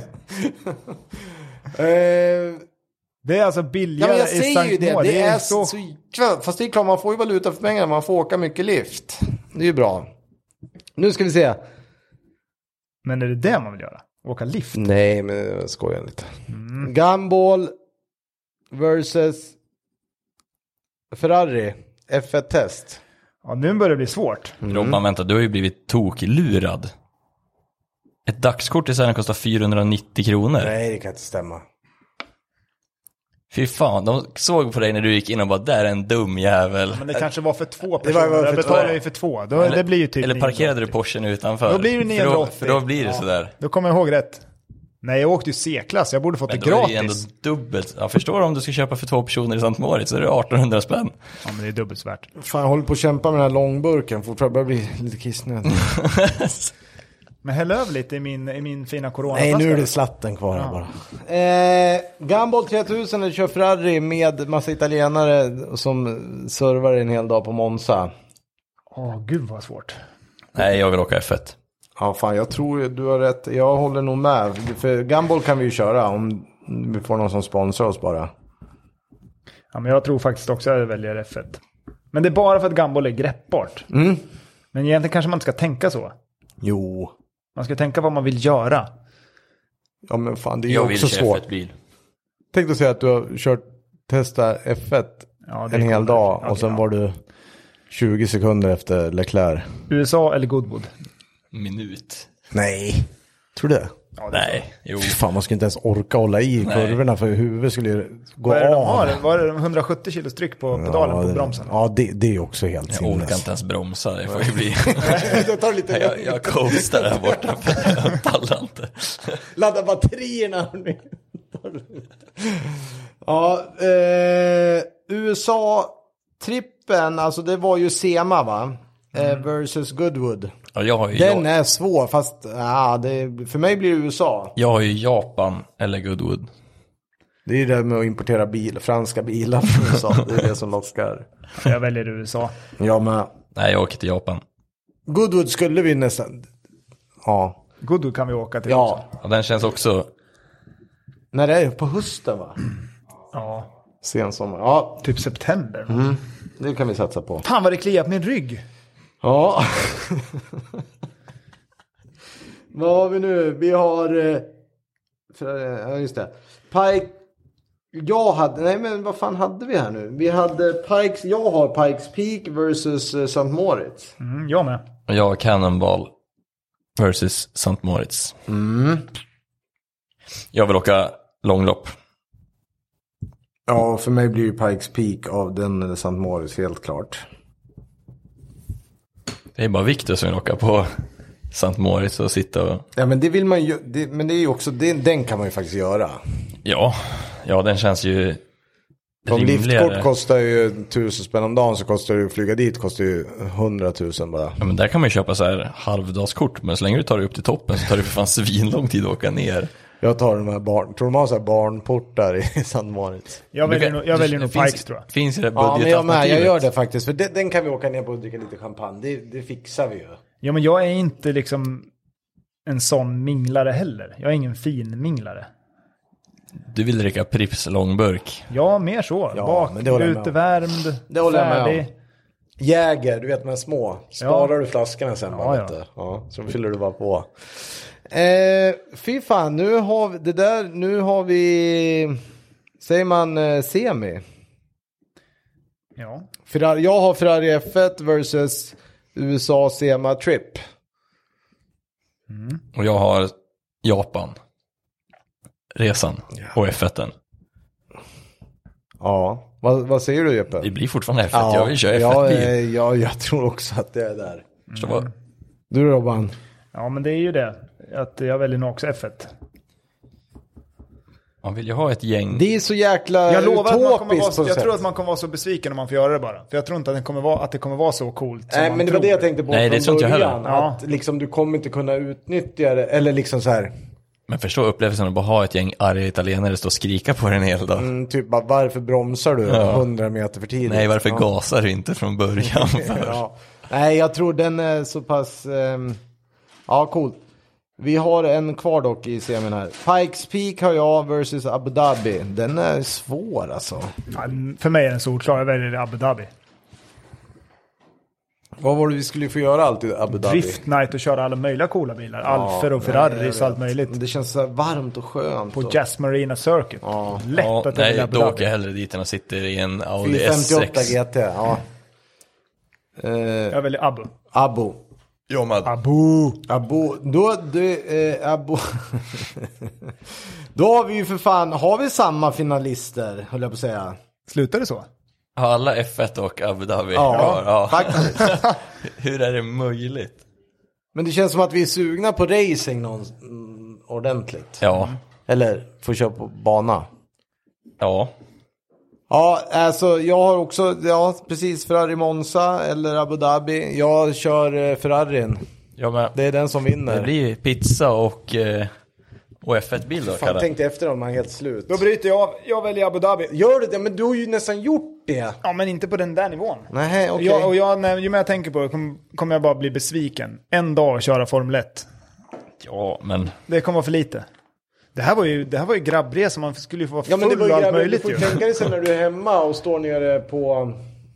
Eh, Det är alltså Ja, billigare men jag i säger ju Sankt det. Moritz. Det är så... så... Fast det är klart, man får ju valuta för pengarna. Man får åka mycket lift. Det är ju bra. Nu ska vi se. Men är det det man vill göra? Åka lift? Nej, men jag skojar lite. Mm. Gumball versus Ferrari. F ett-test. Ja, nu börjar det bli svårt. Robban, vänta, du har ju blivit toklurad. Ett dagskort i Sverige kostar fyrahundranittio kronor. Nej, det kan inte stämma. Fy fan, de såg på dig när du gick in och bara, där är en dum jävel. Men det kanske var för två var- personer. var för jag betalar två. ju för två. Då, det blir ju typ Eller parkerade du niohundraåttio. Porschen utanför? Då blir det För niohundraåttio. då, för då blir det sådär. Då kommer jag ihåg rätt. Nej, jag åkte ju C-klass. Jag borde fått Men det då är det ju ändå gratis. dubbelt. Jag förstår om du ska köpa för två personer i Sankt Moritz så är det artonhundra spänn. Ja, men det är dubbelt värt. Fan, jag håller på att kämpa med den här långburken. Fortfarande börjar bli lite kissnödig. Men häll över lite i min, i min fina corona. Nej, nu är det slatten kvar här bara. Eh, Gumball tre tusen kör Ferrari med massa italienare som servar en hel dag på Monza. Åh, gud vad svårt. Nej, jag vill åka F ett. Ja, fan, jag tror du har rätt. Jag håller nog med. För Gumball kan vi ju köra om vi får någon som sponsrar oss bara. Ja, men jag tror faktiskt också att jag väljer F ett. Men det är bara för att Gumball är greppbart. Mm. Men egentligen kanske man inte ska tänka så. Jo. Man ska tänka vad man vill göra. Ja, men fan, det är ju Jag vill också köra svårt. F ett-bil. Tänk dig säga att du har kört, testa F ett Ja, det en hel kommer- dag ja, och sen ja. var du tjugo sekunder efter Leclerc. U S A eller Goodwood? Minut. Nej. Tror du det? Ja, det är Nej, jo. Fy fan, man skulle inte ens orka hålla i Nej. kurvorna för huvudet skulle ju gå Vad är det de av. har? Var det hundrasjuttio kilos tryck på pedalen ja, på det- bromsen? Ja, det, det är ju också helt Jag orkar sinnes. inte ens bromsa, det får ju bli. Jag tar lite jag, jag coastar där borta, för jag pallar inte. Ladda batterierna. hörni. Ja, eh, U S A-trippen, alltså det var ju Sema va? Eh, versus Goodwood. Ja, jag, har ju, Den jag, är svår, fast ja, det, för mig blir det U S A. jag har ju Japan eller Goodwood. Det är ju det med att importera bil, franska bilar från U S A. Det är det som lockar. Jag väljer U S A. Ja, men Nej, jag åker till Japan. Goodwood skulle vi nästan... Ja. Goodwood kan vi åka till Ja. också. Ja, den känns också... När det är på hösten va? Ja, Sensommar. Ja, typ september. det kan vi satsa på. Fan vad det kliar på min rygg. Ja. Vad har vi nu? Vi har... eh, för- Ja, just det. Pike... Jag hade... Nej, men vad fan hade vi här nu? Vi hade Pikes... Jag har Pikes Peak versus eh, Sankt Moritz. Mm, jag med. Och jag har Cannonball versus Sankt Moritz. Mm. Jag vill åka långlopp. Ja, för mig blir ju Pikes Peak av den eller Sankt Moritz helt klart. Det är bara Victor som vill åka på Sankt Moritz och sitta och... Ja, men det vill man ju... Det, men det är ju också... Det, den kan man ju faktiskt göra. Ja, ja den känns ju Om rimligare. liftkort kostar ju tusen spänn om dagen så kostar det att flyga dit kostar ju hundratusen bara. Ja, men där kan man ju köpa så här halvdagskort. Men så länge du tar dig upp till toppen så tar det för fan svinlång tid att åka ner. Jag tar de här barn... Tror de har så här barnportar i Sankt Moritz? Jag väljer, Du kan- nog, jag du- väljer nog det finns- Pikes tror jag. Finns ju det Ja, men jag med. Jag budgetalternativet. gör det faktiskt. För den, den kan vi åka ner på och dricka lite champagne. Det, det fixar vi ju. Ja, men jag är inte liksom en sån minglare heller. Jag är ingen fin minglare. Du vill dricka Pripps långburk. Ja, mer så. Ja, Bak, men det håller jag med om. utevärmd, Det håller jag med om. färdig. Jäger, du vet de här små. Sparar Ja. du flaskorna sen Ja, bara ja. lite. Ja, så fyller du bara på. Eh, fy fan, nu har vi det där, nu har vi, säger man eh, semi. Ja. Ferrari, jag har Ferrari F ett versus U S A Sema Trip. Och jag har Japan. Resan. Och F ett. Ja, vad, vad säger du Jeppe? Det blir fortfarande F ett. Jag vill köra F ett. ja, bil. eh, ja, jag tror också att det är där. Så vad- Du Robban? Ja, men det är ju det. Att jag väljer nog också F ett. Man vill ju ha ett gäng. Det är så jäkla Jag lovar att man kommer utopiskt vara, på jag sätt. tror att man kommer vara så besviken om man får göra det bara. För jag tror inte att det kommer vara, att det kommer vara så coolt som Nej, man men det tror. var det jag tänkte på Nej, det från tror inte jag heller. början. Ja. Att liksom, du kommer inte kunna utnyttja det. Eller liksom så här. Men förstå upplevelsen att bara ha ett gäng arga italienare stå och skrika på en hel dag. Mm, typ bara, varför bromsar du Ja. hundra meter för tidigt? Nej, varför ja. gasar du inte från början? För? Ja. Nej, jag tror den är så pass... ehm, ja, coolt. Vi har en kvar dock i semin här. Pikes Peak har jag versus Abu Dhabi. Den är svår alltså. Ja, för mig är den solklar. Jag väljer Abu Dhabi. Vad var det vi skulle få göra alltid i Abu Dhabi? Drift night och köra alla möjliga coola bilar. Ja, Alfer och nej, Ferraris jag och allt vet. möjligt. Det känns så här varmt och skönt. På och... Jazz Marina Circuit. Ja. Lätt Ja, att jag väljer nej, Abu då åker Dhabi. jag hellre dit än att sitta i en Audi S fyrahundrafemtioåtta sex. G T, ja. Eh, Jag väljer Abu. Abu. Ja, men Abu. Abu, då, du, eh, Abu. Då har vi ju för fan, har vi samma finalister, höll jag på att säga. Slutar det så? har alla F ett och Abu Dhabi Ja, kvar? Ja. faktiskt. Hur är det möjligt? Men det känns som att vi är sugna på racing någon, mm, ordentligt. Ja, Eller få köra på bana. ja. Ja, alltså jag har också, ja precis, Ferrari Monza eller Abu Dhabi. Jag kör eh, Ferrarin. Ja, men Det är den som vinner. det blir pizza och, eh, och F ett-bil då, Fan, Kalle. tänkte efter om man är helt slut. Då bryter jag av. Jag väljer Abu Dhabi. Gör du det? Men du har ju nästan gjort det. Ja, men inte på den där nivån. Nej, okej. Jag, och jag, när, ju mer jag tänker på det kommer kom jag bara bli besviken. En dag köra Formel ett. Ja, men Det kommer vara för lite. Det här var ju, det här var ju grabbresa. Man skulle ju få vara Ja, men det full var ju och allt grabbar, du möjligt får ju. ju tänka dig sen när du är hemma och står nere på...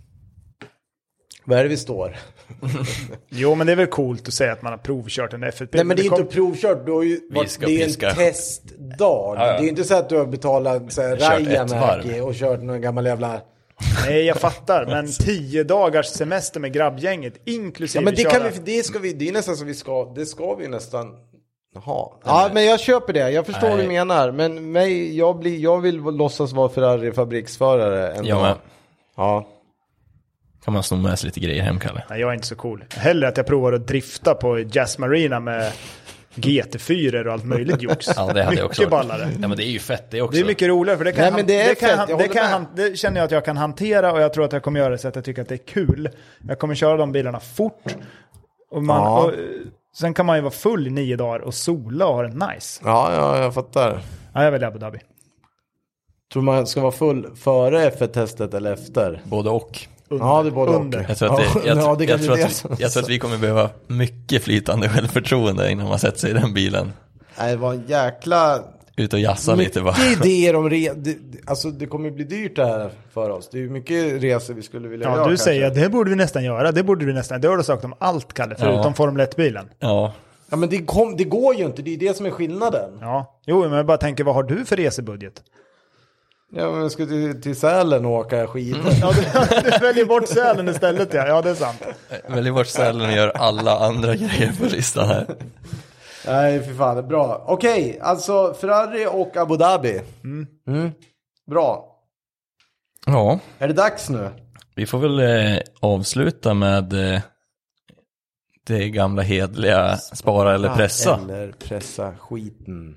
Vad är det vi står? Jo, men det är väl coolt att säga att man har provkört en F ett-bil. Nej, men det är kom- inte provkört. Du har ju varit, ska det är piska. en testdag. Ja, ja. Det är inte så att du har betalat så här, Kört ett Rajamäki varv. och kört någon gammal jävla... Nej, jag fattar. Men tio dagars semester med grabbgänget, inklusive Ja, men det köra. kan vi, det ska vi, det är nästan så vi ska, det ska vi nästan ha. Ja, men jag köper det. Jag förstår Nej. vad du menar. Men mig, jag, blir, jag vill låtsas vara Ferrari-fabriksförare ändå. ja, men Ja. kan man sno med sig lite grejer hem, Kalle? Nej, jag är inte så cool. Hellre att jag provar att drifta på Jazz Marina med G T fyra och allt möjligt jox. Ja, det hade jag Mycket också. ballare. Ja, men det är ju fett det också. Det är mycket roligare för det kan, Nej, han- men det är det kan, fett, han- jag det, håller kan med. han, det känner jag att jag kan hantera och jag tror att jag kommer göra det så att jag tycker att det är kul. Jag kommer köra de bilarna fort. Och man, Ja. och, eh, sen kan man ju vara full i nio dagar och sola och ha det nice. Ja, ja, jag fattar. Ja, jag väljer Abu Dhabi. Tror man ska vara full före F ett-testet eller efter? Både och. Under. Ja, det är både Under. och. Jag tror, att det, jag, Ja, det jag, kanske tror är att det som- vi, jag tror att vi kommer behöva mycket flytande självförtroende innan man sätter sig i den bilen. Nej, det var en jäkla... Ut och jassa lite bara. Mycket idéer om re... det, alltså det kommer ju bli dyrt det här för oss. Det är ju mycket resor vi skulle vilja Ja, göra du kanske. säger att det borde vi nästan göra. Det borde vi nästan. Det har du sagt om allt, Kalle, förutom Ja. Formel ett-bilen. Ja, Ja, men det, kom, det går ju inte. Det är det som är skillnaden. Ja, jo, men jag bara tänker, vad har du för resebudget? Ja, men jag ska till, till Sälen och åka skidor. Ja, du, du väljer bort Sälen istället, ja. Ja, det är sant. välj bort Sälen och gör alla andra grejer på listan här. Nej, för fan, det är bra. Okej, alltså Ferrari och Abu Dhabi. Mm. Mm. Bra. Ja, Är det dags nu? vi får väl eh, avsluta med eh, det gamla hedliga spara eller pressa. Eller pressa skiten.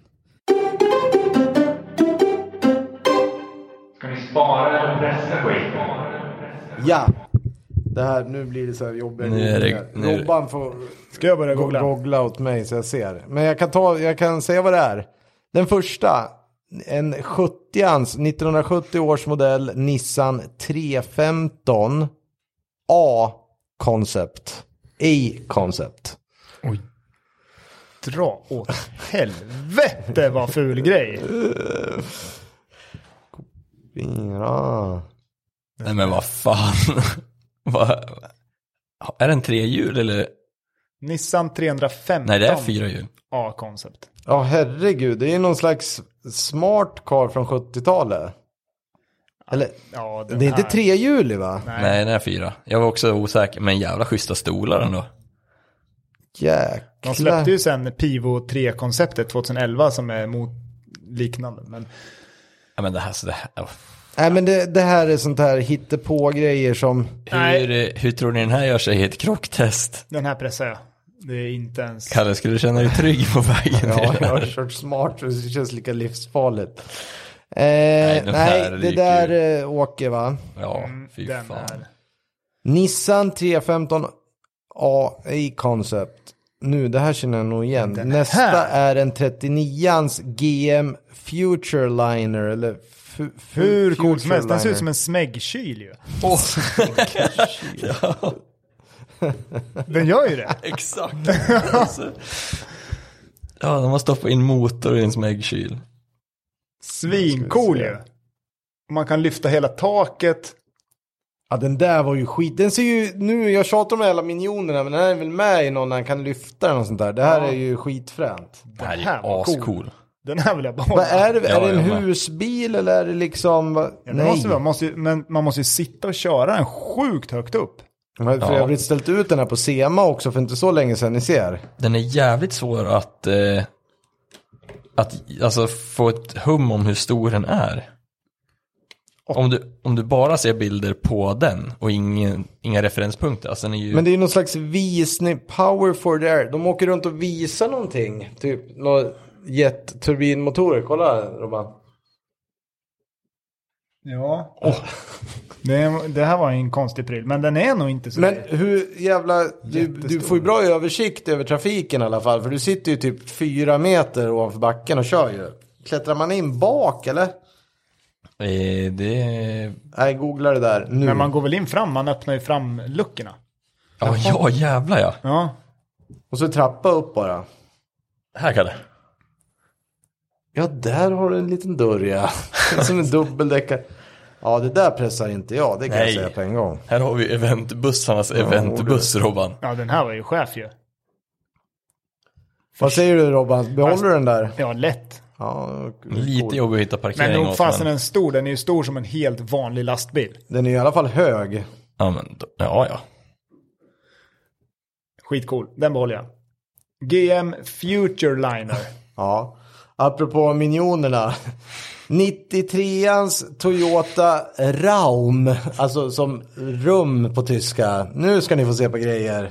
Ska vi spara eller pressa skiten? Ja. Det här, nu blir det så här jobbigt. Nu är det- nu är det- Robban får Ska jag börja go- googla? googla åt mig så jag ser. Men jag kan, ta, jag kan säga vad det är. Den första, en sjuttioans, nittonhundrasjuttio års modell Nissan tre femton A-koncept. A-koncept. Oj. Dra åt helvete vad ful grej. Fyra. Nej men vad fan. vad... Är det en trehjul eller? Nissan trehundrafemton. Nej, det är fyra hjul. A-koncept. Ja, herregud. Det är någon slags smart car från sjuttiotalet. Eller, Ja, det är inte trehjulig va? Nej. Nej, den är fyra. Jag var också osäker, men jävla schyssta stolar ändå. Jäklar. De släppte ju sen Pivo tre-konceptet tjugoelva som är mot liknande. Men... Ja, men det här, så det här. Oh. Nej, men det, det här är sånt här hittepå-grejer som... Hur, hur tror ni den här gör sig i ett krocktest? Den här pressar jag. Det är inte ens... Kalle, skulle du känna dig trygg på vägen? Ja, jag har kört smart så det känns lika livsfarligt. Eh, nej, nej det där eh, åker va? Ja, fy den fan. är... Nissan trehundrafemton A A-koncept. Nu, det här känner jag nog igen. Den Nästa här. är en trettionioans G M Future Liner. Eller fu- fu- Hur cool som Future helst. Den ser ut Liner. som en smäggkyl ju. Oh. Ja. Den gör ju det. Exakt. Alltså. Ja, de har stoppat in motor i en smäggkyl. Svincool ju. Man kan lyfta hela taket. Ja, den där var ju skit. Den ser ju, nu, jag tjatar om alla miljonerna, men den här är väl med i någon när han kan lyfta den och sånt där. Det här Ja. är ju skitfränt. Det här här är var ascool. cool. Den här vill jag behålla. Vad är det? Ja, är det en jag med. husbil eller är det liksom... Ja, det Nej. måste vara, måste, ju- men man måste ju sitta och köra den sjukt högt upp. Jag har för Ja. övrigt ställt ut den här på SEMA också för inte så länge sedan, ni ser. Den är jävligt svår att, eh, att alltså, få ett hum om hur stor den är. Om du, om du bara ser bilder på den och ingen, inga referenspunkter. Alltså, den är ju... Men det är ju någon slags visning, power for the air. De åker runt och visar någonting. Typ några jet-turbinmotorer. Kolla Robban. Ja. Oh. Det, det här var en konstig pryl. Men den är nog inte så... Men hur jävla... Du, Jättestor. du får ju bra översikt över trafiken i alla fall. För du sitter ju typ fyra meter ovanför backen och kör ju. Klättrar man in bak eller? Eh, det... Nej, googla det där nu. Men man går väl in fram. Man öppnar ju fram luckorna. Ja, ja, jävlar ja. Ja. Och så trappa upp bara. Här Kalle. Ja, där har du en liten dörr, ja. Som en dubbeldäckare. Ja, det där pressar inte jag. Det kan Nej. jag säga på en gång. Här har vi eventbussarnas eventbuss, Robban. Ja, den här var ju chef ju. Vad säger du Robban? Behåller du den där? Ja, lätt. Ja, Lite cool. jobbigt att hitta parkering Men nog åt, fasen men... en stor. Den är ju stor som en helt vanlig lastbil. Den är i alla fall hög. Ja, men, då- ja, ja. Skitcool. Den behåller jag. G M Future Liner. Ja. Apropå miljonerna. nittiotreans Toyota Raum. Alltså som rum på tyska. Nu ska ni få se på grejer.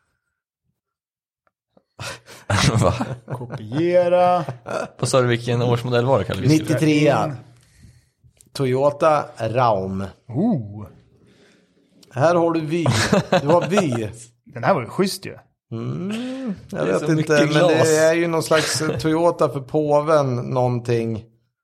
Va? Kopiera. Vad sa du, vilken årsmodell var det, Kalle? Vi skulle- nittiotre. Toyota Raum. Oh. Här har du vy. Du har vy. Den här var ju schysst ju. Jag Det är vet så inte, mycket men glas. det är ju någon slags Toyota för påven någonting.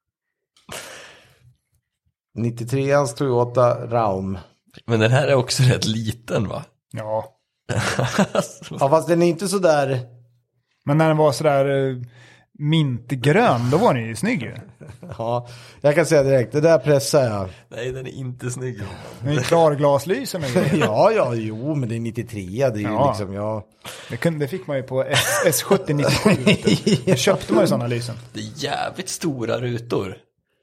nittiotreans Toyota Raum. Men den här är också rätt liten, va? Ja. Ja, fast den är inte så där. Men när den var sådär uh, mintgrön, då var den ju snygg ju. Ja, jag kan säga direkt, det där pressar jag. Nej, den är inte snygg. Den är klarglaslysen och grejer. Ja, ja, jo, men det är nittiotre, det är ju Ja. liksom, ja. Det, kunde, det fick man ju på S- S70 nittiosju. Då köpte man ju sådana lysen. Det är jävligt stora rutor.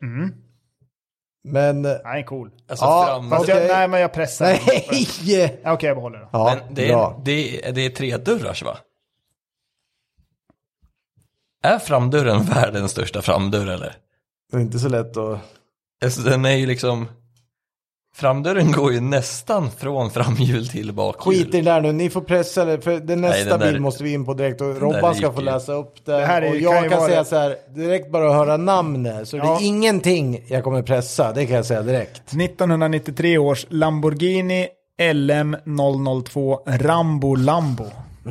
Men, Nej, cool. Alltså Ja, fram... Fast okej. jag, nej, men jag pressar. nej! Ja, okej, jag behåller det. Ja, Men det bra. är, det, är, det är tre dörrars, va? Är framdörren världens största framdörr, eller? Det är inte så lätt att... Alltså, den är ju liksom... Framdörren går ju nästan från framhjul till bakhjul. Skit i det där nu, ni får pressa det, för den Nej, nästa den där- bil måste vi in på direkt och där Robban ska gick få ju. läsa upp det. Det här är- och kan jag ju kan vara säga det. så här, direkt bara att höra namnet, så Ja. det är ingenting jag kommer pressa, det kan jag säga direkt. nittonhundranittiotre års Lamborghini L M noll noll två Rambo Lambo.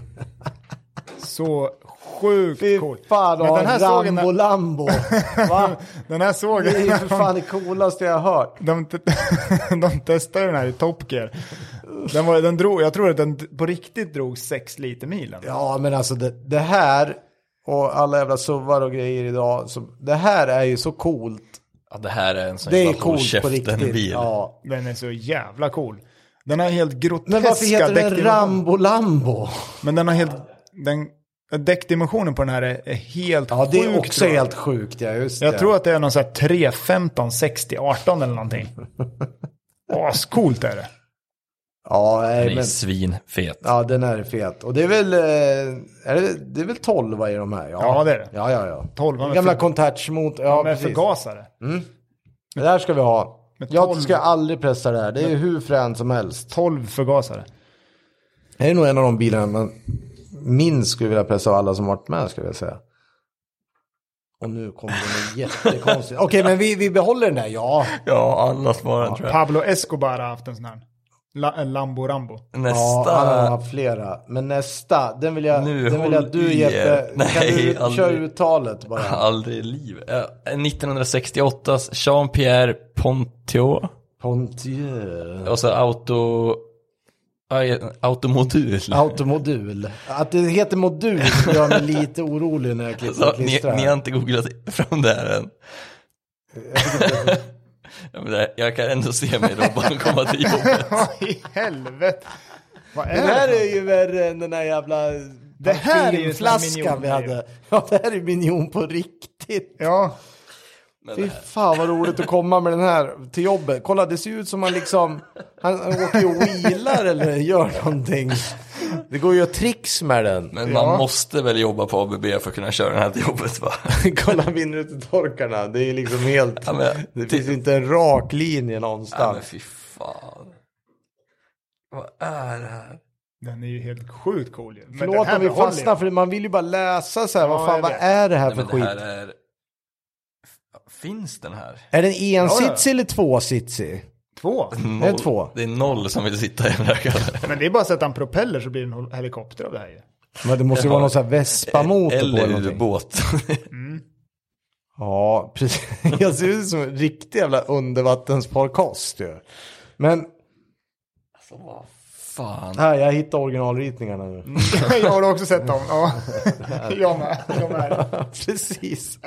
Så sjukt Fy cool. fan, Men och den här sågen, Rambo Lambo. Va? den här sågen, Det är ju för fan det coolaste jag har hört. de, te- de testade den här i Top Gear. Den var, den drog, jag tror att den på riktigt drog sex liter milen. Ja, men alltså det, det här, och alla jävla suvar och grejer idag. Så det här är ju så coolt. Ja, det här är en sån Det är jävla håll coolt på käften riktigt. bil. Ja. Den är så jävla cool. Den har helt groteska Men varför heter den däckdimensioner. Rambo Lambo? Men den har helt... Den, däckdimensionen på den här är, är helt Ja, det är sjukt också bra. helt sjukt. Ja, just Jag det. tror att det är någon sån här tre femton sextio arton eller någonting. Ascoolt är det. Ja, nej, Den är men... svinfet. Ja, den är fet. Och det är väl, eh, är det, det är väl tolva i de här? Ja, det är det. Ja, ja, ja. tolva med Gamla för- Contouch mot, ja, med precis. förgasare. Det där ska vi ha. Med Jag tolv- ska aldrig pressa det här. Det är ju hur fränt som helst. tolv förgasare. Det är nog en av de bilarna man minst skulle vilja pressa av alla som varit med, ska jag säga. Och nu kommer det något jättekonstigt. Okej, men vi, vi behåller den där, ja. Ja, alla svarar tror jag. Pablo Escobar har haft en sån här. La, en Lambo Rambo. Ja, Nästa. han har haft flera. Men nästa, den vill jag, Nu, den vill jag håll du i Jeppe, er. kan Nej, du aldrig. köra uttalet bara? Aldrig i livet. Ja, nittonhundrasextioåtta Jean-Pierre Pontiot. Pontieu. Och så auto... aj, Automodul. Automodul. Att det heter modul gör mig lite orolig när jag klipper Så, och ni, klistrar. ni har inte googlat fram det här än. Ja, men det, jag kan ändå se mig då bara komma till jobbet. Vad i helvete? Vad är Den här det? är ju värre än den här jävla Det här är ju flaskan vi sån här minion. hade. Ja, det här är minion på riktigt. Ja. Fy fan vad roligt att komma med den här till jobbet. Kolla, det ser ut som man liksom, han, han åker ju och wheelar eller gör någonting. Det går ju att tricks med den. Men Ja. man måste väl jobba på A B B för att kunna köra den här till jobbet, va? Kolla vindrutetorkarna, det är liksom helt, Ja, men- det finns inte en rak linje Ja, någonstans. men fy fan. Vad är det här? Den är ju helt sjukt cool ju. Men den Förlåt här om vi behåller fastnar, jag. för man vill ju bara läsa så här, Ja, vad fan, jag vad vet. är det här Nej, för men skit? det här är... Finns den här? Är den ensitsig Ja, eller tvåsitsig? Två. Är det två? Det är noll som vill sitta i den här kalle. Men det är bara att sätta en propeller så blir det en helikopter av det här ju. Men det måste ju vara någon sån här Vespa-motor på eller Eller någonting. ubåt. Ja, precis. Jag ser ut som en riktig jävla undervattensfarkost ju. Men, Alltså vad fan. här, jag hittar originalritningarna nu. Jag har också sett dem. Ja. Jag med. Jag med. Precis.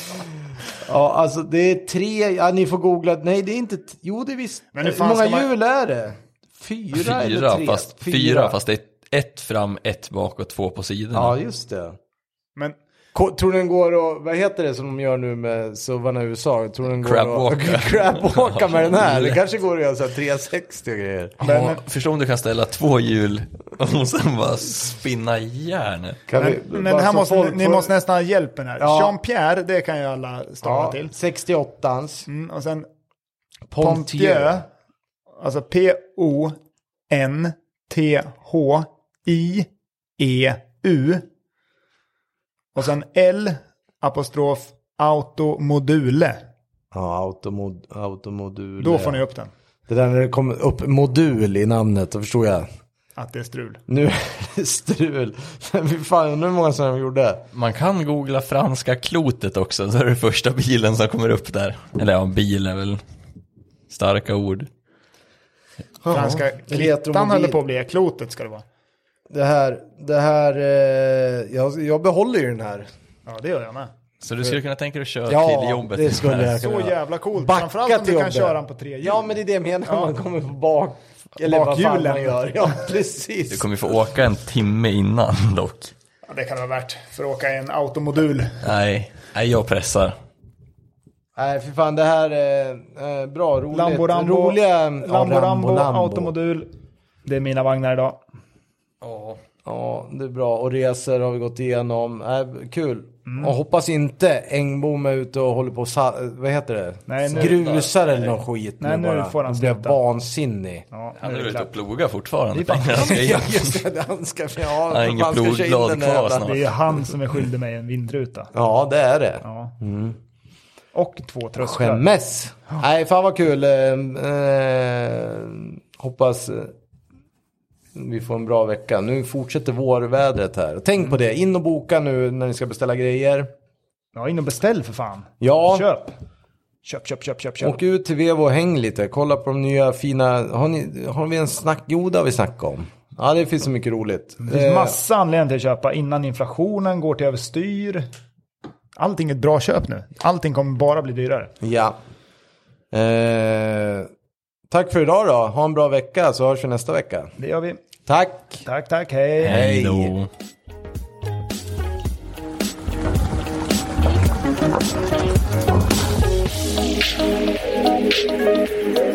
Ja, alltså det är tre, ja ni får googla, nej det är inte, t- jo det är visst. Men hur Hur fan många ska man- hjul är det? Fyra, Fyra, eller tre? fast, fyra. fast det är ett fram, ett bak och två på sidorna. Ja, just det. Men Ko- Tror den går och, vad heter det som de gör nu med suvarna i U S A? Tror den går Crabwalka. och crabwalka med den här? Det kanske går att göra så här tre sextio och grejer. Ja, förstå om du kan ställa två hjul och sen bara spinna järn. Kan Men, vi- men bara det här så måste, folk ni får- måste nästan ha hjälp med den här. Ja. Jean-Pierre, det kan ju alla stava ja, till. sextioåttans. Mm, och sen Pontieu. Pontieu. Alltså P O N T H I E U. Och sen L apostrof automodule. Ja, automod, automodul. Då får ni upp den. Det där när det kommer upp modul i namnet, då förstår jag. Att det är strul. Nu är det strul. Fy fan, undrar hur många som de gjorde. Man kan googla franska klotet också, så är det första bilen som kommer upp där. Eller ja, bil är väl starka ord. Franska Retromobil. klittan håller på att bli klotet ska det vara. Det här, det här, eh, jag, jag behåller ju den här. Ja, det gör jag med. Så du skulle kunna tänka dig att köra Ja, till jobbet? det skulle jag Så kunna göra. jävla coolt. Backa Framförallt om till du kan jobbet. köra den på tre hjul. Ja, men det är det jag menar, man kommer på bak. Eller vad fan Bakhjulen. man gör. Ja, Du precis. kommer få åka en timme innan dock. Ja, det kan det vara värt för att åka i en automodul. Nej, nej jag pressar. Nej, för fan, det här är eh, bra, roligt. Lambo Rambo, Roliga, Lambo ja, Rambo, Lambo. automodul. Det är mina vagnar idag. Ja. Ja, det är bra. Och resor har vi gått igenom. Äh, kul. Mm. Och hoppas inte Engbom är ute och håller på och sa- vad heter det? Nej, nu- Grusar eller någon skit. Nej, nu bara. får han Då blir jag sluta. vansinnig. Ja, Han nu är är det ute och klart. plogar fortfarande. Det är fan- pengarna ska Ja, in. just det. Han ska, ja, Han har ingen han ska köra in plogblad den där kvar jävla- snart. Det är ju han som är skyldig mig en vindruta. Ja, det är det. Ja. Och två trösklar. Skämmes. Nej, fan vad kul. Eh, eh, hoppas eh, vi får en bra vecka. Nu fortsätter vårvädret här. Tänk på det. In och boka nu när ni ska beställa grejer. Ja, in och beställ för fan. Ja. Köp. Köp, köp, köp, köp, köp. Åk ut till Vevo och häng lite. Kolla på de nya fina... Har, ni, har vi en snack... Jo, det har vi snackat om. Ja, det finns så mycket roligt. Det finns massa anledningar till att köpa innan inflationen går till överstyr. Allting är ett bra köp nu. Allting kommer bara bli dyrare. Ja. Eh, tack för idag då. Ha en bra vecka så hörs vi nästa vecka. Det gör vi. Tack. Tack, tack. Hej. Hej då. We'll be right back.